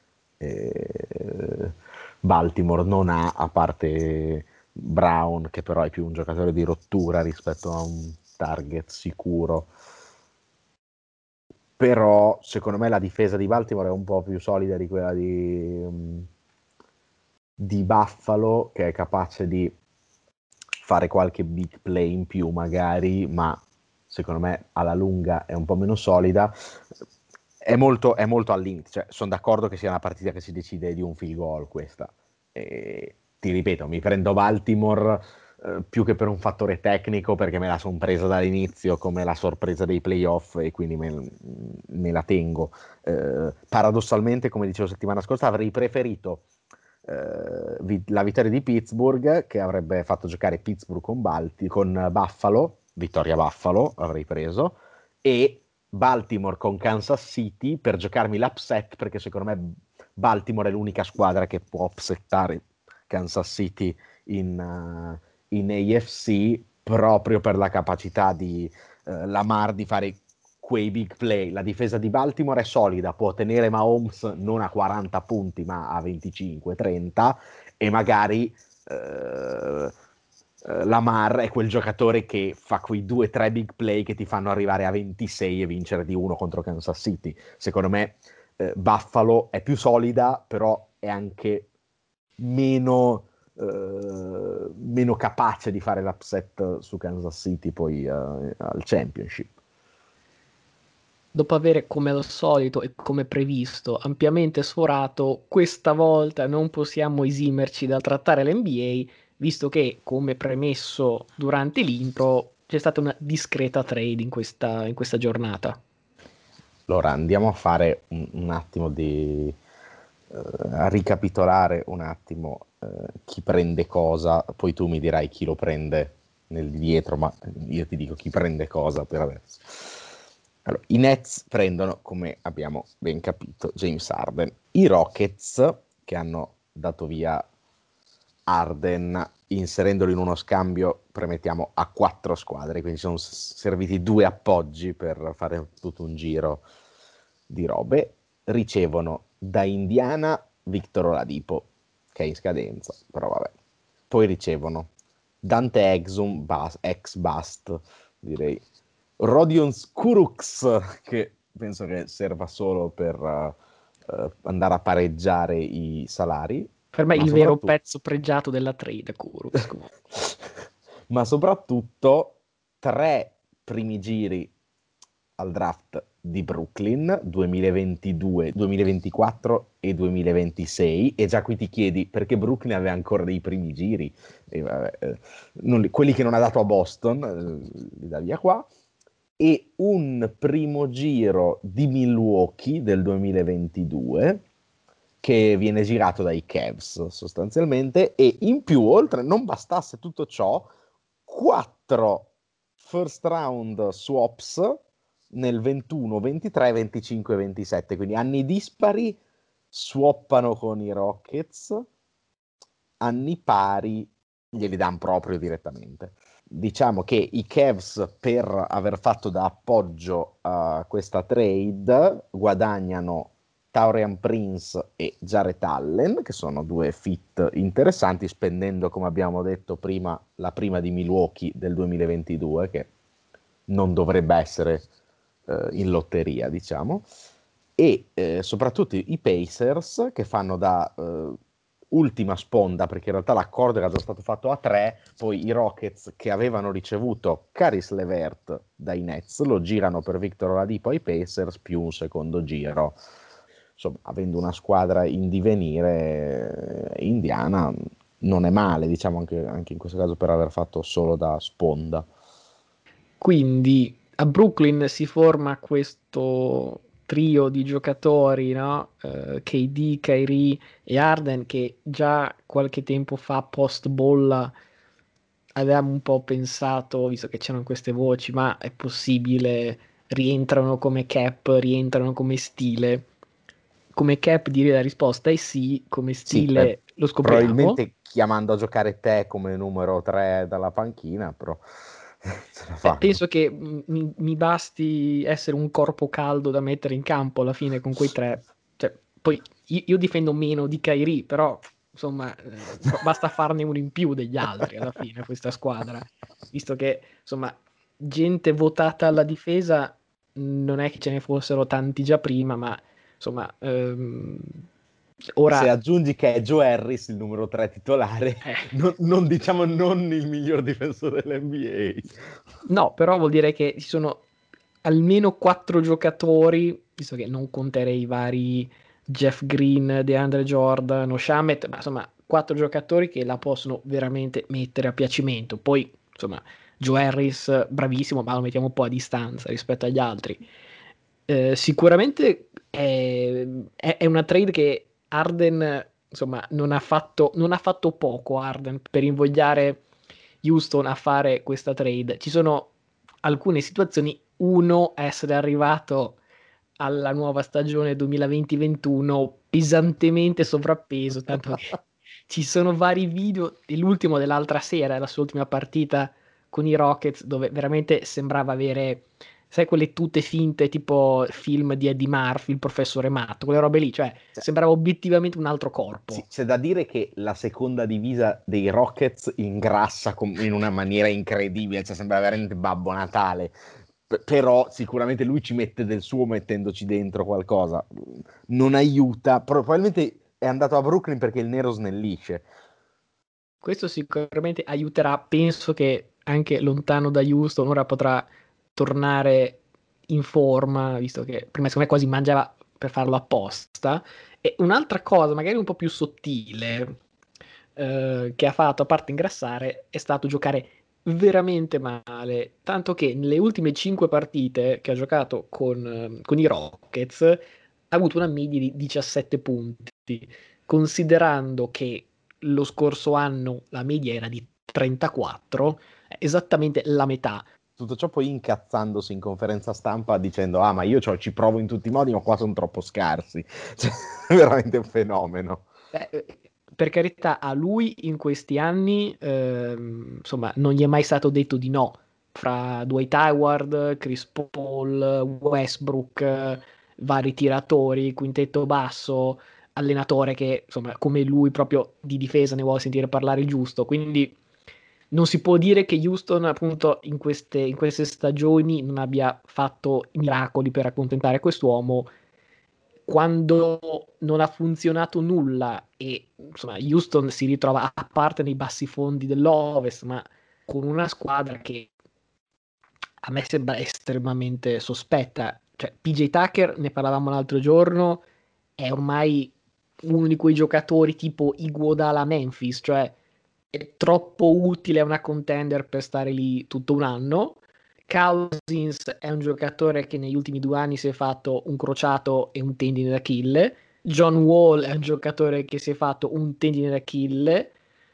Baltimore non ha, a parte Brown, che però è più un giocatore di rottura rispetto a un target sicuro. Però secondo me la difesa di Baltimore è un po' più solida di quella di Buffalo, che è capace di fare qualche big play in più magari, ma secondo me alla lunga è un po' meno solida. È molto al limite, cioè, sono d'accordo che sia una partita che si decide di un field goal questa. E, ti ripeto, mi prendo Baltimore più che per un fattore tecnico, perché me la sono presa dall'inizio come la sorpresa dei playoff e quindi me la tengo. Paradossalmente, come dicevo settimana scorsa, avrei preferito la vittoria di Pittsburgh, che avrebbe fatto giocare Pittsburgh con Buffalo, vittoria Buffalo avrei preso, e Baltimore con Kansas City per giocarmi l'upset, perché secondo me Baltimore è l'unica squadra che può upsettare Kansas City in AFC, proprio per la capacità di Lamar di fare quei big play. La difesa di Baltimore è solida, può tenere Mahomes non a 40 punti ma a 25-30, e magari Lamar è quel giocatore che fa quei 2-3 big play che ti fanno arrivare a 26 e vincere di 1 contro Kansas City. Secondo me Buffalo è più solida, però è anche meno capace di fare l'upset su Kansas City poi al championship. Dopo avere, come al solito e come previsto, ampiamente sforato, questa volta non possiamo esimerci dal trattare l'NBA, visto che, come premesso durante l'intro, c'è stata una discreta trade in questa giornata. Allora andiamo a fare un attimo a ricapitolare un attimo chi prende cosa, poi tu mi dirai chi lo prende nel dietro, ma io ti dico chi prende cosa per adesso. Allora, i Nets prendono, come abbiamo ben capito, James Harden. I Rockets, che hanno dato via Harden inserendolo in uno scambio, premettiamo, a 4 squadre, quindi sono serviti 2 appoggi per fare tutto un giro di robe. Ricevono da Indiana Victor Oladipo, che è in scadenza, però vabbè. Poi ricevono Dante Exum, ex Bust, direi, Rodion Skurux, che penso che serva solo per andare a pareggiare i salari, Per me ma il vero soprattutto pezzo pregiato della trade, Kurux. ma soprattutto 3 primi giri al draft di Brooklyn 2022, 2024 e 2026, e già qui ti chiedi perché Brooklyn aveva ancora dei primi giri, e vabbè, quelli che non ha dato a Boston, li dà via qua, e un primo giro di Milwaukee del 2022 che viene girato dai Cavs sostanzialmente, e in più, oltre non bastasse tutto ciò, 4 first round swaps nel 21, 23, 25 27, quindi anni dispari swappano con i Rockets, anni pari glieli danno proprio direttamente. Diciamo che i Cavs, per aver fatto da appoggio a questa trade, guadagnano Taurean Prince e Jarrett Allen, che sono 2 fit interessanti, spendendo, come abbiamo detto prima, la prima di Milwaukee del 2022, che non dovrebbe essere in lotteria, diciamo, e soprattutto i Pacers, che fanno da ultima sponda, perché in realtà l'accordo era già stato fatto a 3, poi i Rockets, che avevano ricevuto Caris LeVert dai Nets, lo girano per Victor Oladipo ai Pacers più un secondo giro. Insomma, avendo una squadra in divenire, Indiana non è male, diciamo, anche in questo caso, per aver fatto solo da sponda. Quindi a Brooklyn si forma questo trio di giocatori, no? KD, Kyrie e Harden, che già qualche tempo fa, post bolla, avevamo un po' pensato, visto che c'erano queste voci, ma è possibile, rientrano come cap, rientrano come stile. Come cap direi la risposta è sì, come Sì, stile lo scopriamo. probabilmente chiamando a giocare te come numero 3 dalla panchina, però ce la fanno. Penso che mi basti essere un corpo caldo da mettere in campo alla fine con quei tre. Cioè, poi io difendo meno di Kyrie, però insomma, basta farne uno in più degli altri alla fine, questa squadra. Visto che insomma, gente votata alla difesa non è che ce ne fossero tanti già prima, ma insomma, Se ora aggiungi che è Joe Harris il numero 3 titolare, eh, non diciamo non il miglior difensore dell'NBA. no, però vuol dire che ci sono almeno quattro giocatori, visto che non conterei i vari Jeff Green, DeAndre Jordan o Shamet, ma insomma, quattro giocatori che la possono veramente mettere a piacimento. Poi, insomma, Joe Harris, bravissimo, ma lo mettiamo un po' a distanza rispetto agli altri. Sicuramente è una trade che Arden, insomma, non ha fatto poco Arden per invogliare Houston a fare questa trade. Ci sono alcune situazioni, uno essere arrivato alla nuova stagione 2020-21 pesantemente sovrappeso, tanto che ci sono vari video, e l'ultimo dell'altra sera, la sua ultima partita con i Rockets, dove veramente sembrava avere, sai, quelle tute finte, tipo film di Eddie Murphy, il professore matto, quelle robe lì, cioè Cioè, sembrava obiettivamente un altro sì, corpo. c'è da dire che la seconda divisa dei Rockets ingrassa in una maniera incredibile, cioè sembra veramente Babbo Natale. Però sicuramente lui ci mette del suo mettendoci dentro qualcosa. Non aiuta, probabilmente è andato a Brooklyn perché il nero snellisce. Questo sicuramente aiuterà, penso che anche lontano da Houston ora potrà tornare in forma, visto che prima secondo me quasi mangiava per farlo apposta. E un'altra cosa, magari un po' più sottile, che ha fatto, a parte ingrassare, è stato giocare veramente male, tanto che nelle ultime 5 partite che ha giocato con i Rockets ha avuto una media di 17 punti, considerando che lo scorso anno la media era di 34, esattamente la metà. Tutto ciò poi incazzandosi in conferenza stampa dicendo ma io ci provo in tutti i modi, ma qua sono troppo scarsi. Cioè, è veramente un fenomeno. Eh, per carità, a lui in questi anni, insomma, non gli è mai stato detto di no. Fra Dwight Howard, Chris Paul, Westbrook, vari tiratori, quintetto basso, allenatore che, insomma, come lui proprio di difesa ne vuole sentire parlare il giusto. Quindi non si può dire che Houston, appunto, in queste stagioni non abbia fatto i miracoli per accontentare quest'uomo. Quando non ha funzionato nulla e insomma Houston si ritrova a parte nei bassi fondi dell'Ovest, ma con una squadra che a me sembra estremamente sospetta. Cioè, PJ Tucker, ne parlavamo l'altro giorno, è ormai uno di quei giocatori tipo Iguodala Memphis, cioè è troppo utile a una contender per stare lì tutto un anno. Cousins è un giocatore che negli ultimi 2 anni si è fatto un crociato e un tendine d'Achille. John Wall è un giocatore che si è fatto un tendine d'Achille.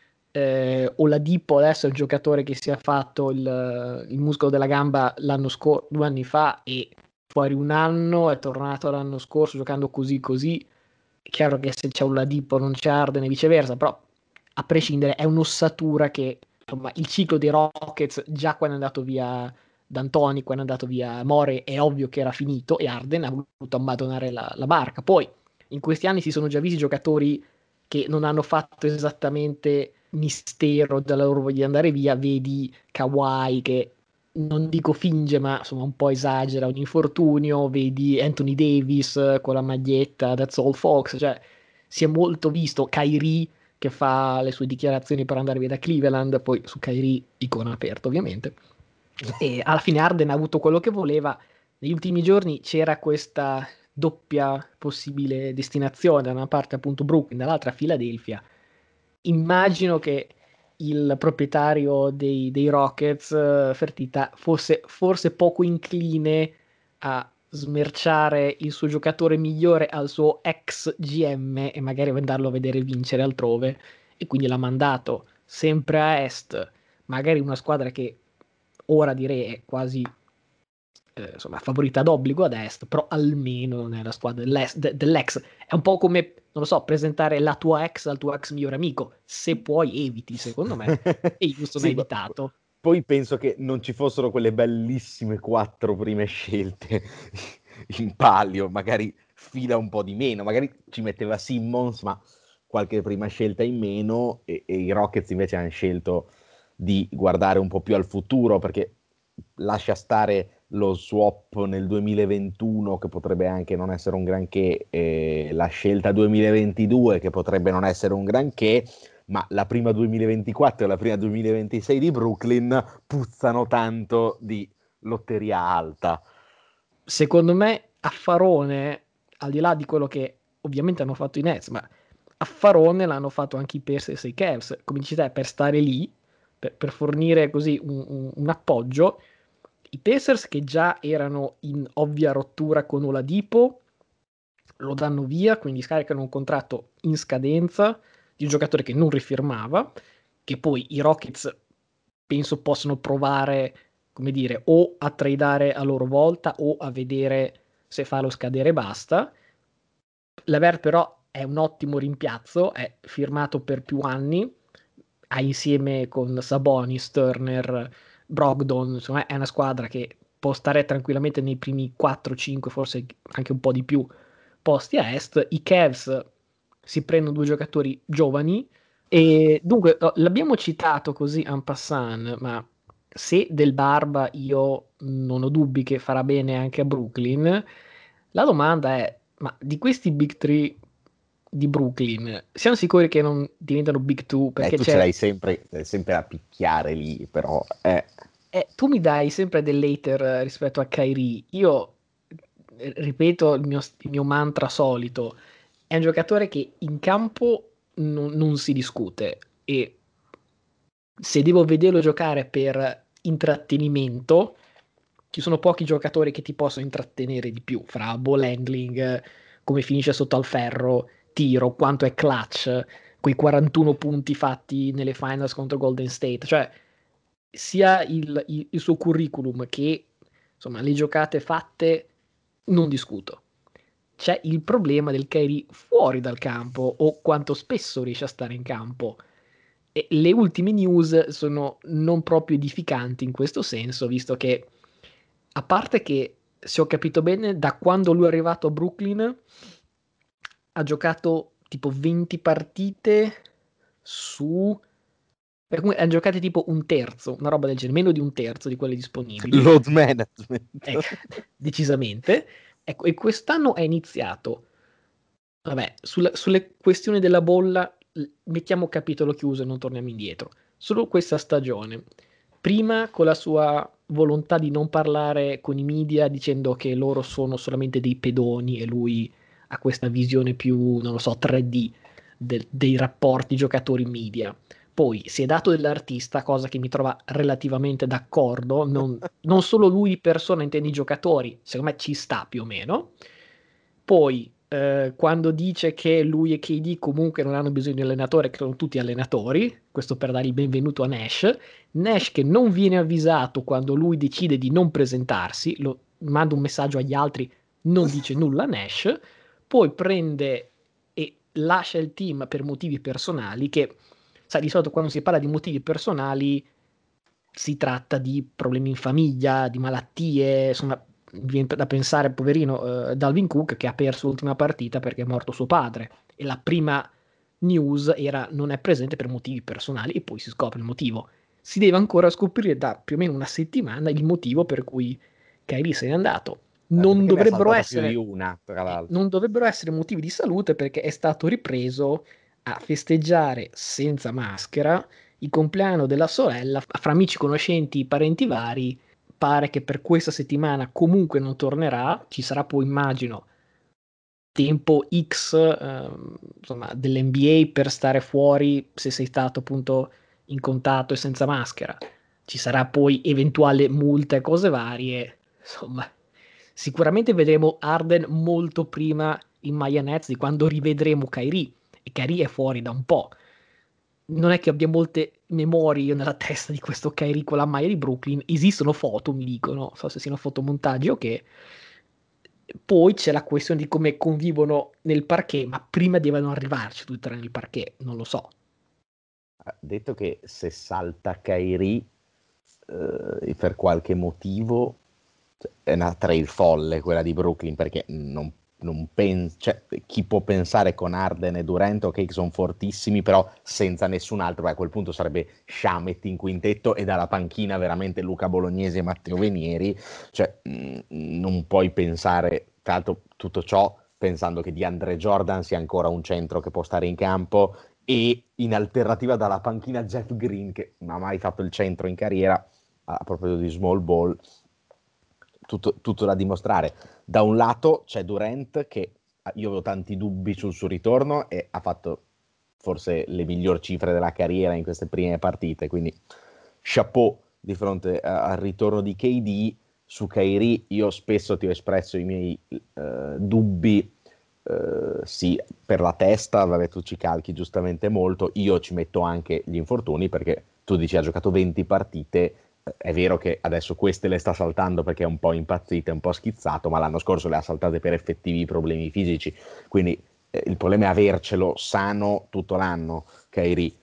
Oladipo adesso è un giocatore che si è fatto il muscolo della gamba l'anno scorso, 2 anni fa, e fuori un anno, è tornato l'anno scorso giocando così così. È chiaro che se c'è Oladipo non c'è Harden e viceversa, però a prescindere è un'ossatura che insomma il ciclo dei Rockets già quando è andato via D'Antoni, quando è andato via More, è ovvio che era finito e Harden ha voluto abbandonare la barca. Poi in questi anni si sono già visti giocatori che non hanno fatto esattamente mistero della loro voglia di andare via, vedi Kawhi che non dico finge, ma insomma un po' esagera un infortunio, vedi Anthony Davis con la maglietta That's All Fox, cioè si è molto visto Kyrie che fa le sue dichiarazioni per andare via da Cleveland, poi su Kyrie icona aperta ovviamente, e alla fine Arden ha avuto quello che voleva. Negli ultimi giorni c'era questa doppia possibile destinazione, da una parte appunto Brooklyn, dall'altra Philadelphia. Immagino che il proprietario dei Rockets, Fertitta, fosse forse poco incline a smerciare il suo giocatore migliore al suo ex GM e magari andarlo a vedere vincere altrove, e quindi l'ha mandato sempre a est, magari una squadra che ora direi è quasi insomma favorita d'obbligo ad est, però almeno non è la squadra dell'ex. È un po' come, non lo so, presentare la tua ex al tuo ex migliore amico. Se puoi, eviti, secondo me. E Houston ha Sì, evitato. poi penso che non ci fossero quelle bellissime 4 prime scelte in palio, magari fila un po' di meno, magari ci metteva Simmons, ma qualche prima scelta in meno, e i Rockets invece hanno scelto di guardare un po' più al futuro, perché lascia stare lo swap nel 2021 che potrebbe anche non essere un granché, la scelta 2022 che potrebbe non essere un granché, ma la prima 2024 e la prima 2026 di Brooklyn puzzano tanto di lotteria alta. Secondo me, Affarone, al di là di quello che ovviamente hanno fatto i Nets, ma Affarone l'hanno fatto anche i Pacers e i Cavs, come dici te, per stare lì, per fornire così un appoggio. I Pacers, che già erano in ovvia rottura con Oladipo, lo danno via, quindi scaricano un contratto in scadenza di un giocatore che non rifirmava, che poi i Rockets penso possano provare, come dire, o a tradare a loro volta o a vedere se farlo scadere e basta. L'Aver però è un ottimo rimpiazzo, è firmato per più anni, ha insieme con Sabonis, Turner, Brogdon, insomma è una squadra che può stare tranquillamente nei primi 4-5, forse anche un po' di più posti a est. I Cavs si prendono due giocatori giovani e dunque l'abbiamo citato così en passant, ma se Del Barba io non ho dubbi che farà bene anche a Brooklyn, la domanda è, ma di questi Big Three di Brooklyn, siamo sicuri che non diventano Big Two? Perché Tu ce c'è l'hai sempre a picchiare lì, però tu mi dai sempre dell'hater rispetto a Kyrie. Io ripeto il mio mantra solito. È un giocatore che in campo non si discute, e se devo vederlo giocare per intrattenimento, ci sono pochi giocatori che ti possono intrattenere di più, fra ball handling, come finisce sotto al ferro, tiro, quanto è clutch, quei 41 punti fatti nelle finals contro Golden State. Cioè, sia il suo curriculum che insomma le giocate fatte non discuto. C'è il problema del Kyrie fuori dal campo, o quanto spesso riesce a stare in campo. E le ultime news sono non proprio edificanti in questo senso, visto che, a parte che, se ho capito bene, da quando lui è arrivato a Brooklyn ha giocato tipo 20 partite su... hanno giocate tipo un terzo, una roba del genere, meno di un terzo di quelle disponibili. load management. Ecco, decisamente. Ecco, e quest'anno è iniziato. Vabbè, sulle questioni della bolla, mettiamo capitolo chiuso e non torniamo indietro. Solo questa stagione. Prima con la sua volontà di non parlare con i media, dicendo che loro sono solamente dei pedoni e lui ha questa visione più, non lo so, 3D dei rapporti giocatori-media. Poi si è dato dell'artista, cosa che mi trova relativamente d'accordo, non solo lui di persona, intende i giocatori, secondo me ci sta più o meno. Poi, quando dice che lui e KD comunque non hanno bisogno di allenatore, che sono tutti allenatori, questo per dare il benvenuto a Nash. Nash che non viene avvisato quando lui decide di non presentarsi, lo manda un messaggio agli altri, non dice nulla a Nash, poi prende e lascia il team per motivi personali, che, sai, di solito quando si parla di motivi personali si tratta di problemi in famiglia, di malattie, insomma, viene da pensare, poverino, Dalvin Cook, che ha perso l'ultima partita perché è morto suo padre, e la prima news era non è presente per motivi personali, e poi si scopre il motivo. Si deve ancora scoprire da più o meno una settimana il motivo per cui Kyrie se n'è andato. Non Perché ne ha dovrebbero saltata più di essere, una, tra l'altro. non dovrebbero essere motivi di salute, perché è stato ripreso a festeggiare senza maschera il compleanno della sorella fra amici, conoscenti, parenti vari. Pare che per questa settimana comunque non tornerà, ci sarà poi, immagino, tempo X, insomma, dell'NBA per stare fuori, se sei stato appunto in contatto e senza maschera. Ci sarà poi eventuale multa e cose varie. Insomma, sicuramente vedremo Harden molto prima in Maya Nets di quando rivedremo Kyrie. E Kyrie è fuori da un po'. Non è che abbia molte memorie io nella testa di questo Kyrie con la maglia di Brooklyn. Esistono foto, mi dicono, non so se siano fotomontaggi o che. Poi c'è la questione di come convivono nel parquet, ma prima devono arrivarci tutti e tre nel parquet, non lo so. Detto che se salta Kyrie per qualche motivo è una trade folle quella di Brooklyn, perché cioè, chi può pensare con Harden e Durant, ok, che sono fortissimi, però senza nessun altro, a quel punto sarebbe Shamet in quintetto e dalla panchina veramente Luca Bolognesi e Matteo Venieri, cioè non puoi pensare, tra l'altro tutto ciò pensando che DeAndre Jordan sia ancora un centro che può stare in campo, e in alternativa dalla panchina Jeff Green, che non ha mai fatto il centro in carriera, a proposito di small ball, tutto da dimostrare. Da un lato c'è Durant, che io avevo tanti dubbi sul suo ritorno e ha fatto forse le migliori cifre della carriera in queste prime partite, quindi chapeau di fronte al ritorno di KD. Su Kyrie io spesso ti ho espresso i miei dubbi, sì, per la testa, vabbè, tu ci calchi giustamente molto, io ci metto anche gli infortuni, perché tu dici ha giocato 20 partite, è vero che adesso queste le sta saltando perché è un po' impazzito, è un po' schizzato, ma l'anno scorso le ha saltate per effettivi problemi fisici, quindi il problema è avercelo sano tutto l'anno, Kyrie.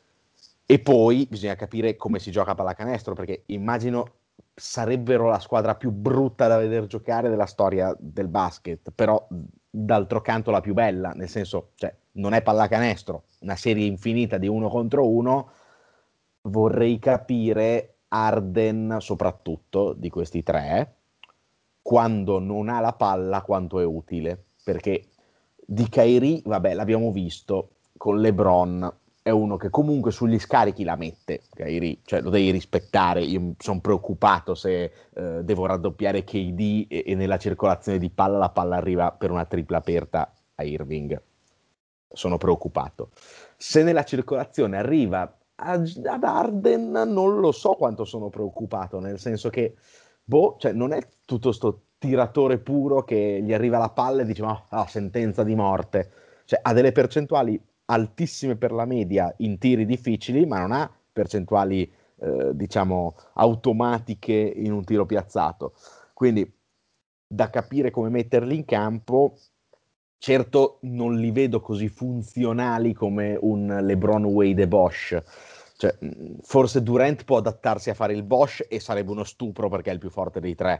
E poi bisogna capire come si gioca a pallacanestro, perché immagino sarebbero la squadra più brutta da vedere giocare della storia del basket, però d'altro canto la più bella, nel senso, cioè, non è pallacanestro, una serie infinita di uno contro uno. Vorrei capire Harden, soprattutto di questi tre, quando non ha la palla quanto è utile, perché di Kyrie, vabbè, l'abbiamo visto con LeBron, è uno che comunque sugli scarichi la mette, Kyrie, cioè lo devi rispettare. Io sono preoccupato se devo raddoppiare KD e nella circolazione di palla la palla arriva per una tripla aperta a Irving. Sono preoccupato. Se nella circolazione arriva ad Harden, non lo so quanto sono preoccupato, nel senso che cioè non è tutto sto tiratore puro che gli arriva la palla e dice sentenza di morte. Cioè, ha delle percentuali altissime per la media in tiri difficili, ma non ha percentuali diciamo automatiche in un tiro piazzato. Quindi da capire come metterli in campo. Certo non li vedo così funzionali come un LeBron, Wade e Bosch. Cioè, forse Durant può adattarsi a fare il Bosch e sarebbe uno stupro perché è il più forte dei tre.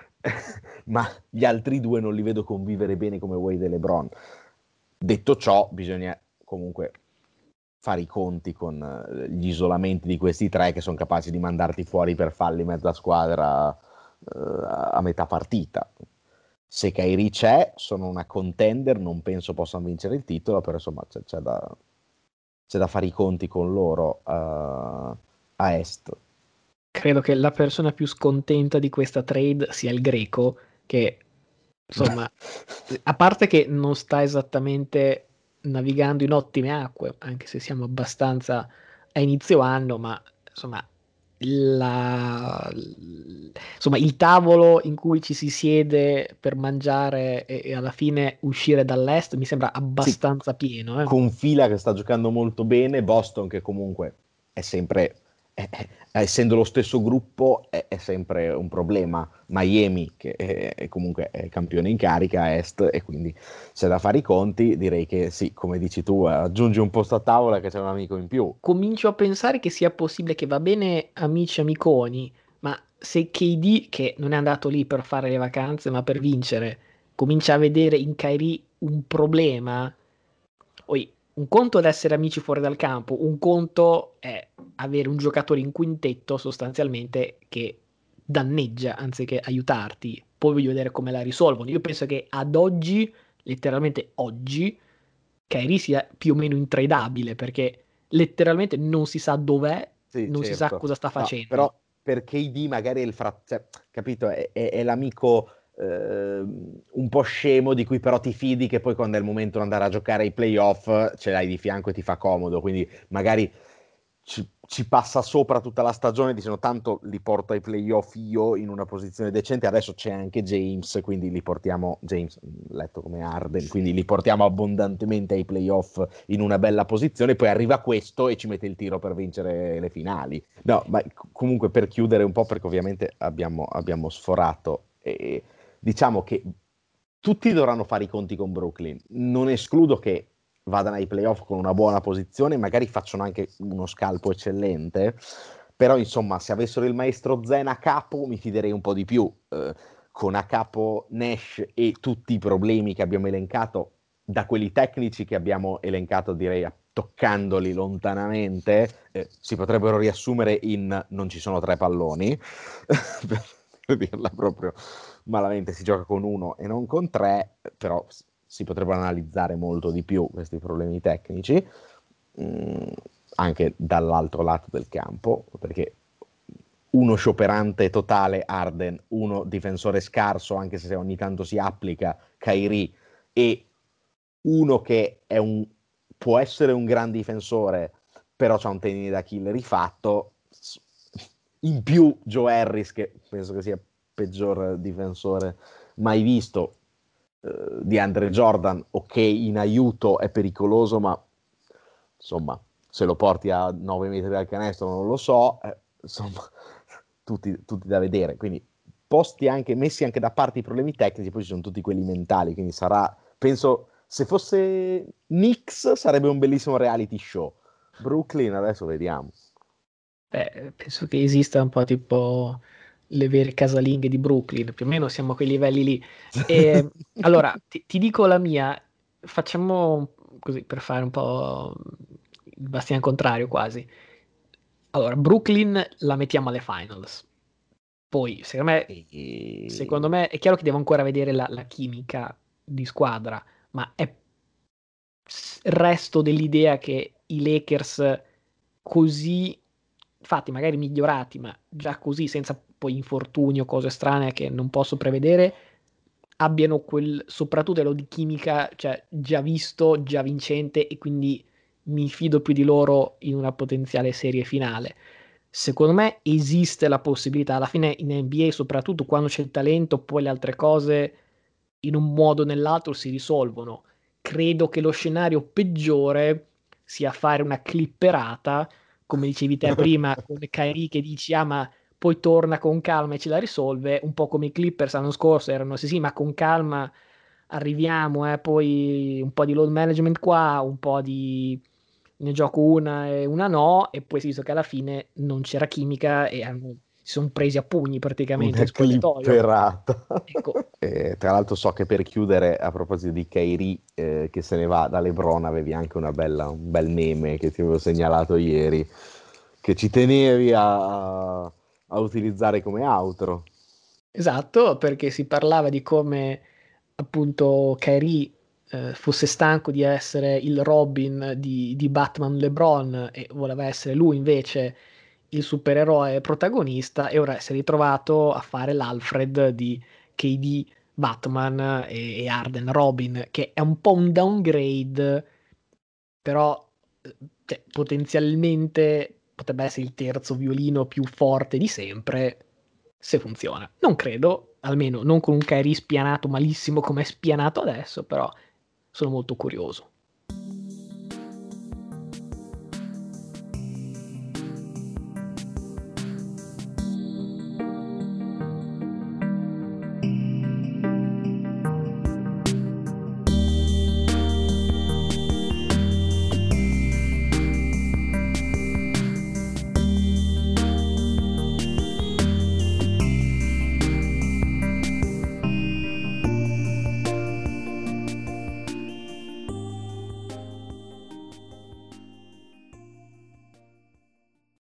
Ma gli altri due non li vedo convivere bene come Wade e LeBron. Detto ciò, bisogna comunque fare i conti con gli isolamenti di questi tre, che sono capaci di mandarti fuori per falli mezza squadra a metà partita. Se Kyrie c'è, sono una contender, non penso possano vincere il titolo, però insomma c'è da fare i conti con loro a Est. Credo che la persona più scontenta di questa trade sia il greco, che insomma, a parte che non sta esattamente navigando in ottime acque, anche se siamo abbastanza a inizio anno, ma insomma, insomma, il tavolo in cui ci si siede per mangiare e alla fine uscire dall'est mi sembra Sì, abbastanza pieno, eh. con Fila che sta giocando molto bene, Boston che comunque è sempre, essendo lo stesso gruppo, è sempre un problema. Miami che comunque è campione in carica a Est, e quindi c'è da fare i conti. Direi che sì, come dici tu, aggiungi un posto a tavola che c'è un amico in più. Comincio a pensare che sia possibile che va bene amici amiconi, ma se KD, che non è andato lì per fare le vacanze, ma per vincere, comincia a vedere in Kyrie un problema, poi un conto è ad essere amici fuori dal campo, un conto è avere un giocatore in quintetto sostanzialmente che danneggia anziché aiutarti. Poi voglio vedere come la risolvono. Io penso che ad oggi, letteralmente oggi, Kyrie sia più o meno intradabile perché letteralmente non si sa dov'è, Sì, non si sa certo. cosa sta No, facendo. però per KD magari è cioè, capito, è l'amico un po' scemo di cui però ti fidi, che poi quando è il momento di andare a giocare ai playoff ce l'hai di fianco e ti fa comodo, quindi magari ci passa sopra tutta la stagione dicendo tanto li porto ai playoff io in una posizione decente, adesso c'è anche James, quindi li portiamo, James letto come Harden, quindi li portiamo abbondantemente ai playoff in una bella posizione, poi arriva questo e ci mette il tiro per vincere le finali. No, ma comunque per chiudere un po', perché ovviamente abbiamo sforato, diciamo che tutti dovranno fare i conti con Brooklyn, non escludo che vadano ai playoff con una buona posizione, magari facciano anche uno scalpo eccellente, però insomma se avessero il maestro Zen a capo mi fiderei un po' di più, con a capo Nash e tutti i problemi che abbiamo elencato, da quelli tecnici che abbiamo elencato direi toccandoli lontanamente, si potrebbero riassumere in non ci sono 3 palloni, per dirla proprio malamente, si gioca con 1 e non con 3, però si potrebbero analizzare molto di più questi problemi tecnici, anche dall'altro lato del campo, perché uno scioperante totale Harden, uno difensore scarso, anche se ogni tanto si applica Kyrie, e uno che può essere un gran difensore, però c'ha un tendine d'Achille rifatto, in più Joe Harris, che penso che sia il peggior difensore mai visto, di Andre Jordan, ok, in aiuto è pericoloso, ma insomma, se lo porti a 9 metri dal canestro non lo so, insomma, tutti da vedere, quindi messi anche da parte i problemi tecnici, poi ci sono tutti quelli mentali, quindi sarà, penso, se fosse Knicks sarebbe un bellissimo reality show. Brooklyn adesso vediamo. Penso che esista un po' tipo le vere casalinghe di Brooklyn, più o meno siamo a quei livelli lì. E, allora, ti dico la mia, facciamo così per fare un po' il bastian contrario quasi. Allora, Brooklyn la mettiamo alle finals. Poi, secondo me è chiaro che devo ancora vedere la chimica di squadra, ma resto dell'idea che i Lakers così fatti, magari migliorati, ma già così, senza poi infortuni o cose strane che non posso prevedere, abbiano quel soprattutto lo di chimica, cioè già visto, già vincente, e quindi mi fido più di loro in una potenziale serie finale. Secondo me esiste la possibilità, alla fine in NBA, soprattutto quando c'è il talento, poi le altre cose in un modo o nell'altro si risolvono. Credo che lo scenario peggiore sia fare una clipperata, come dicevi te prima, con Kyrie che dici, ah, ma poi torna con calma e ce la risolve, un po' come i Clippers l'anno scorso erano, sì, sì, ma con calma arriviamo, poi un po' di load management qua, un po' di ne gioco una e una no, e poi si è visto che alla fine non c'era chimica e si sono presi a pugni praticamente in Una spogliatoio. clipperata. Ecco, Tra l'altro so che per chiudere, a proposito di Kyrie che se ne va da LeBron, avevi anche un bel meme che ti avevo segnalato ieri, che ci tenevi a utilizzare come outro. esatto, perché si parlava di come appunto Kyrie fosse stanco di essere il Robin di Batman LeBron e voleva essere lui invece il supereroe protagonista, e ora si è ritrovato a fare l'Alfred di KD Batman e Arden Robin, che è un po' un downgrade, però cioè, potenzialmente potrebbe essere il terzo violino più forte di sempre se funziona. Non credo, almeno non con un Kyrie spianato malissimo come è spianato adesso, però sono molto curioso.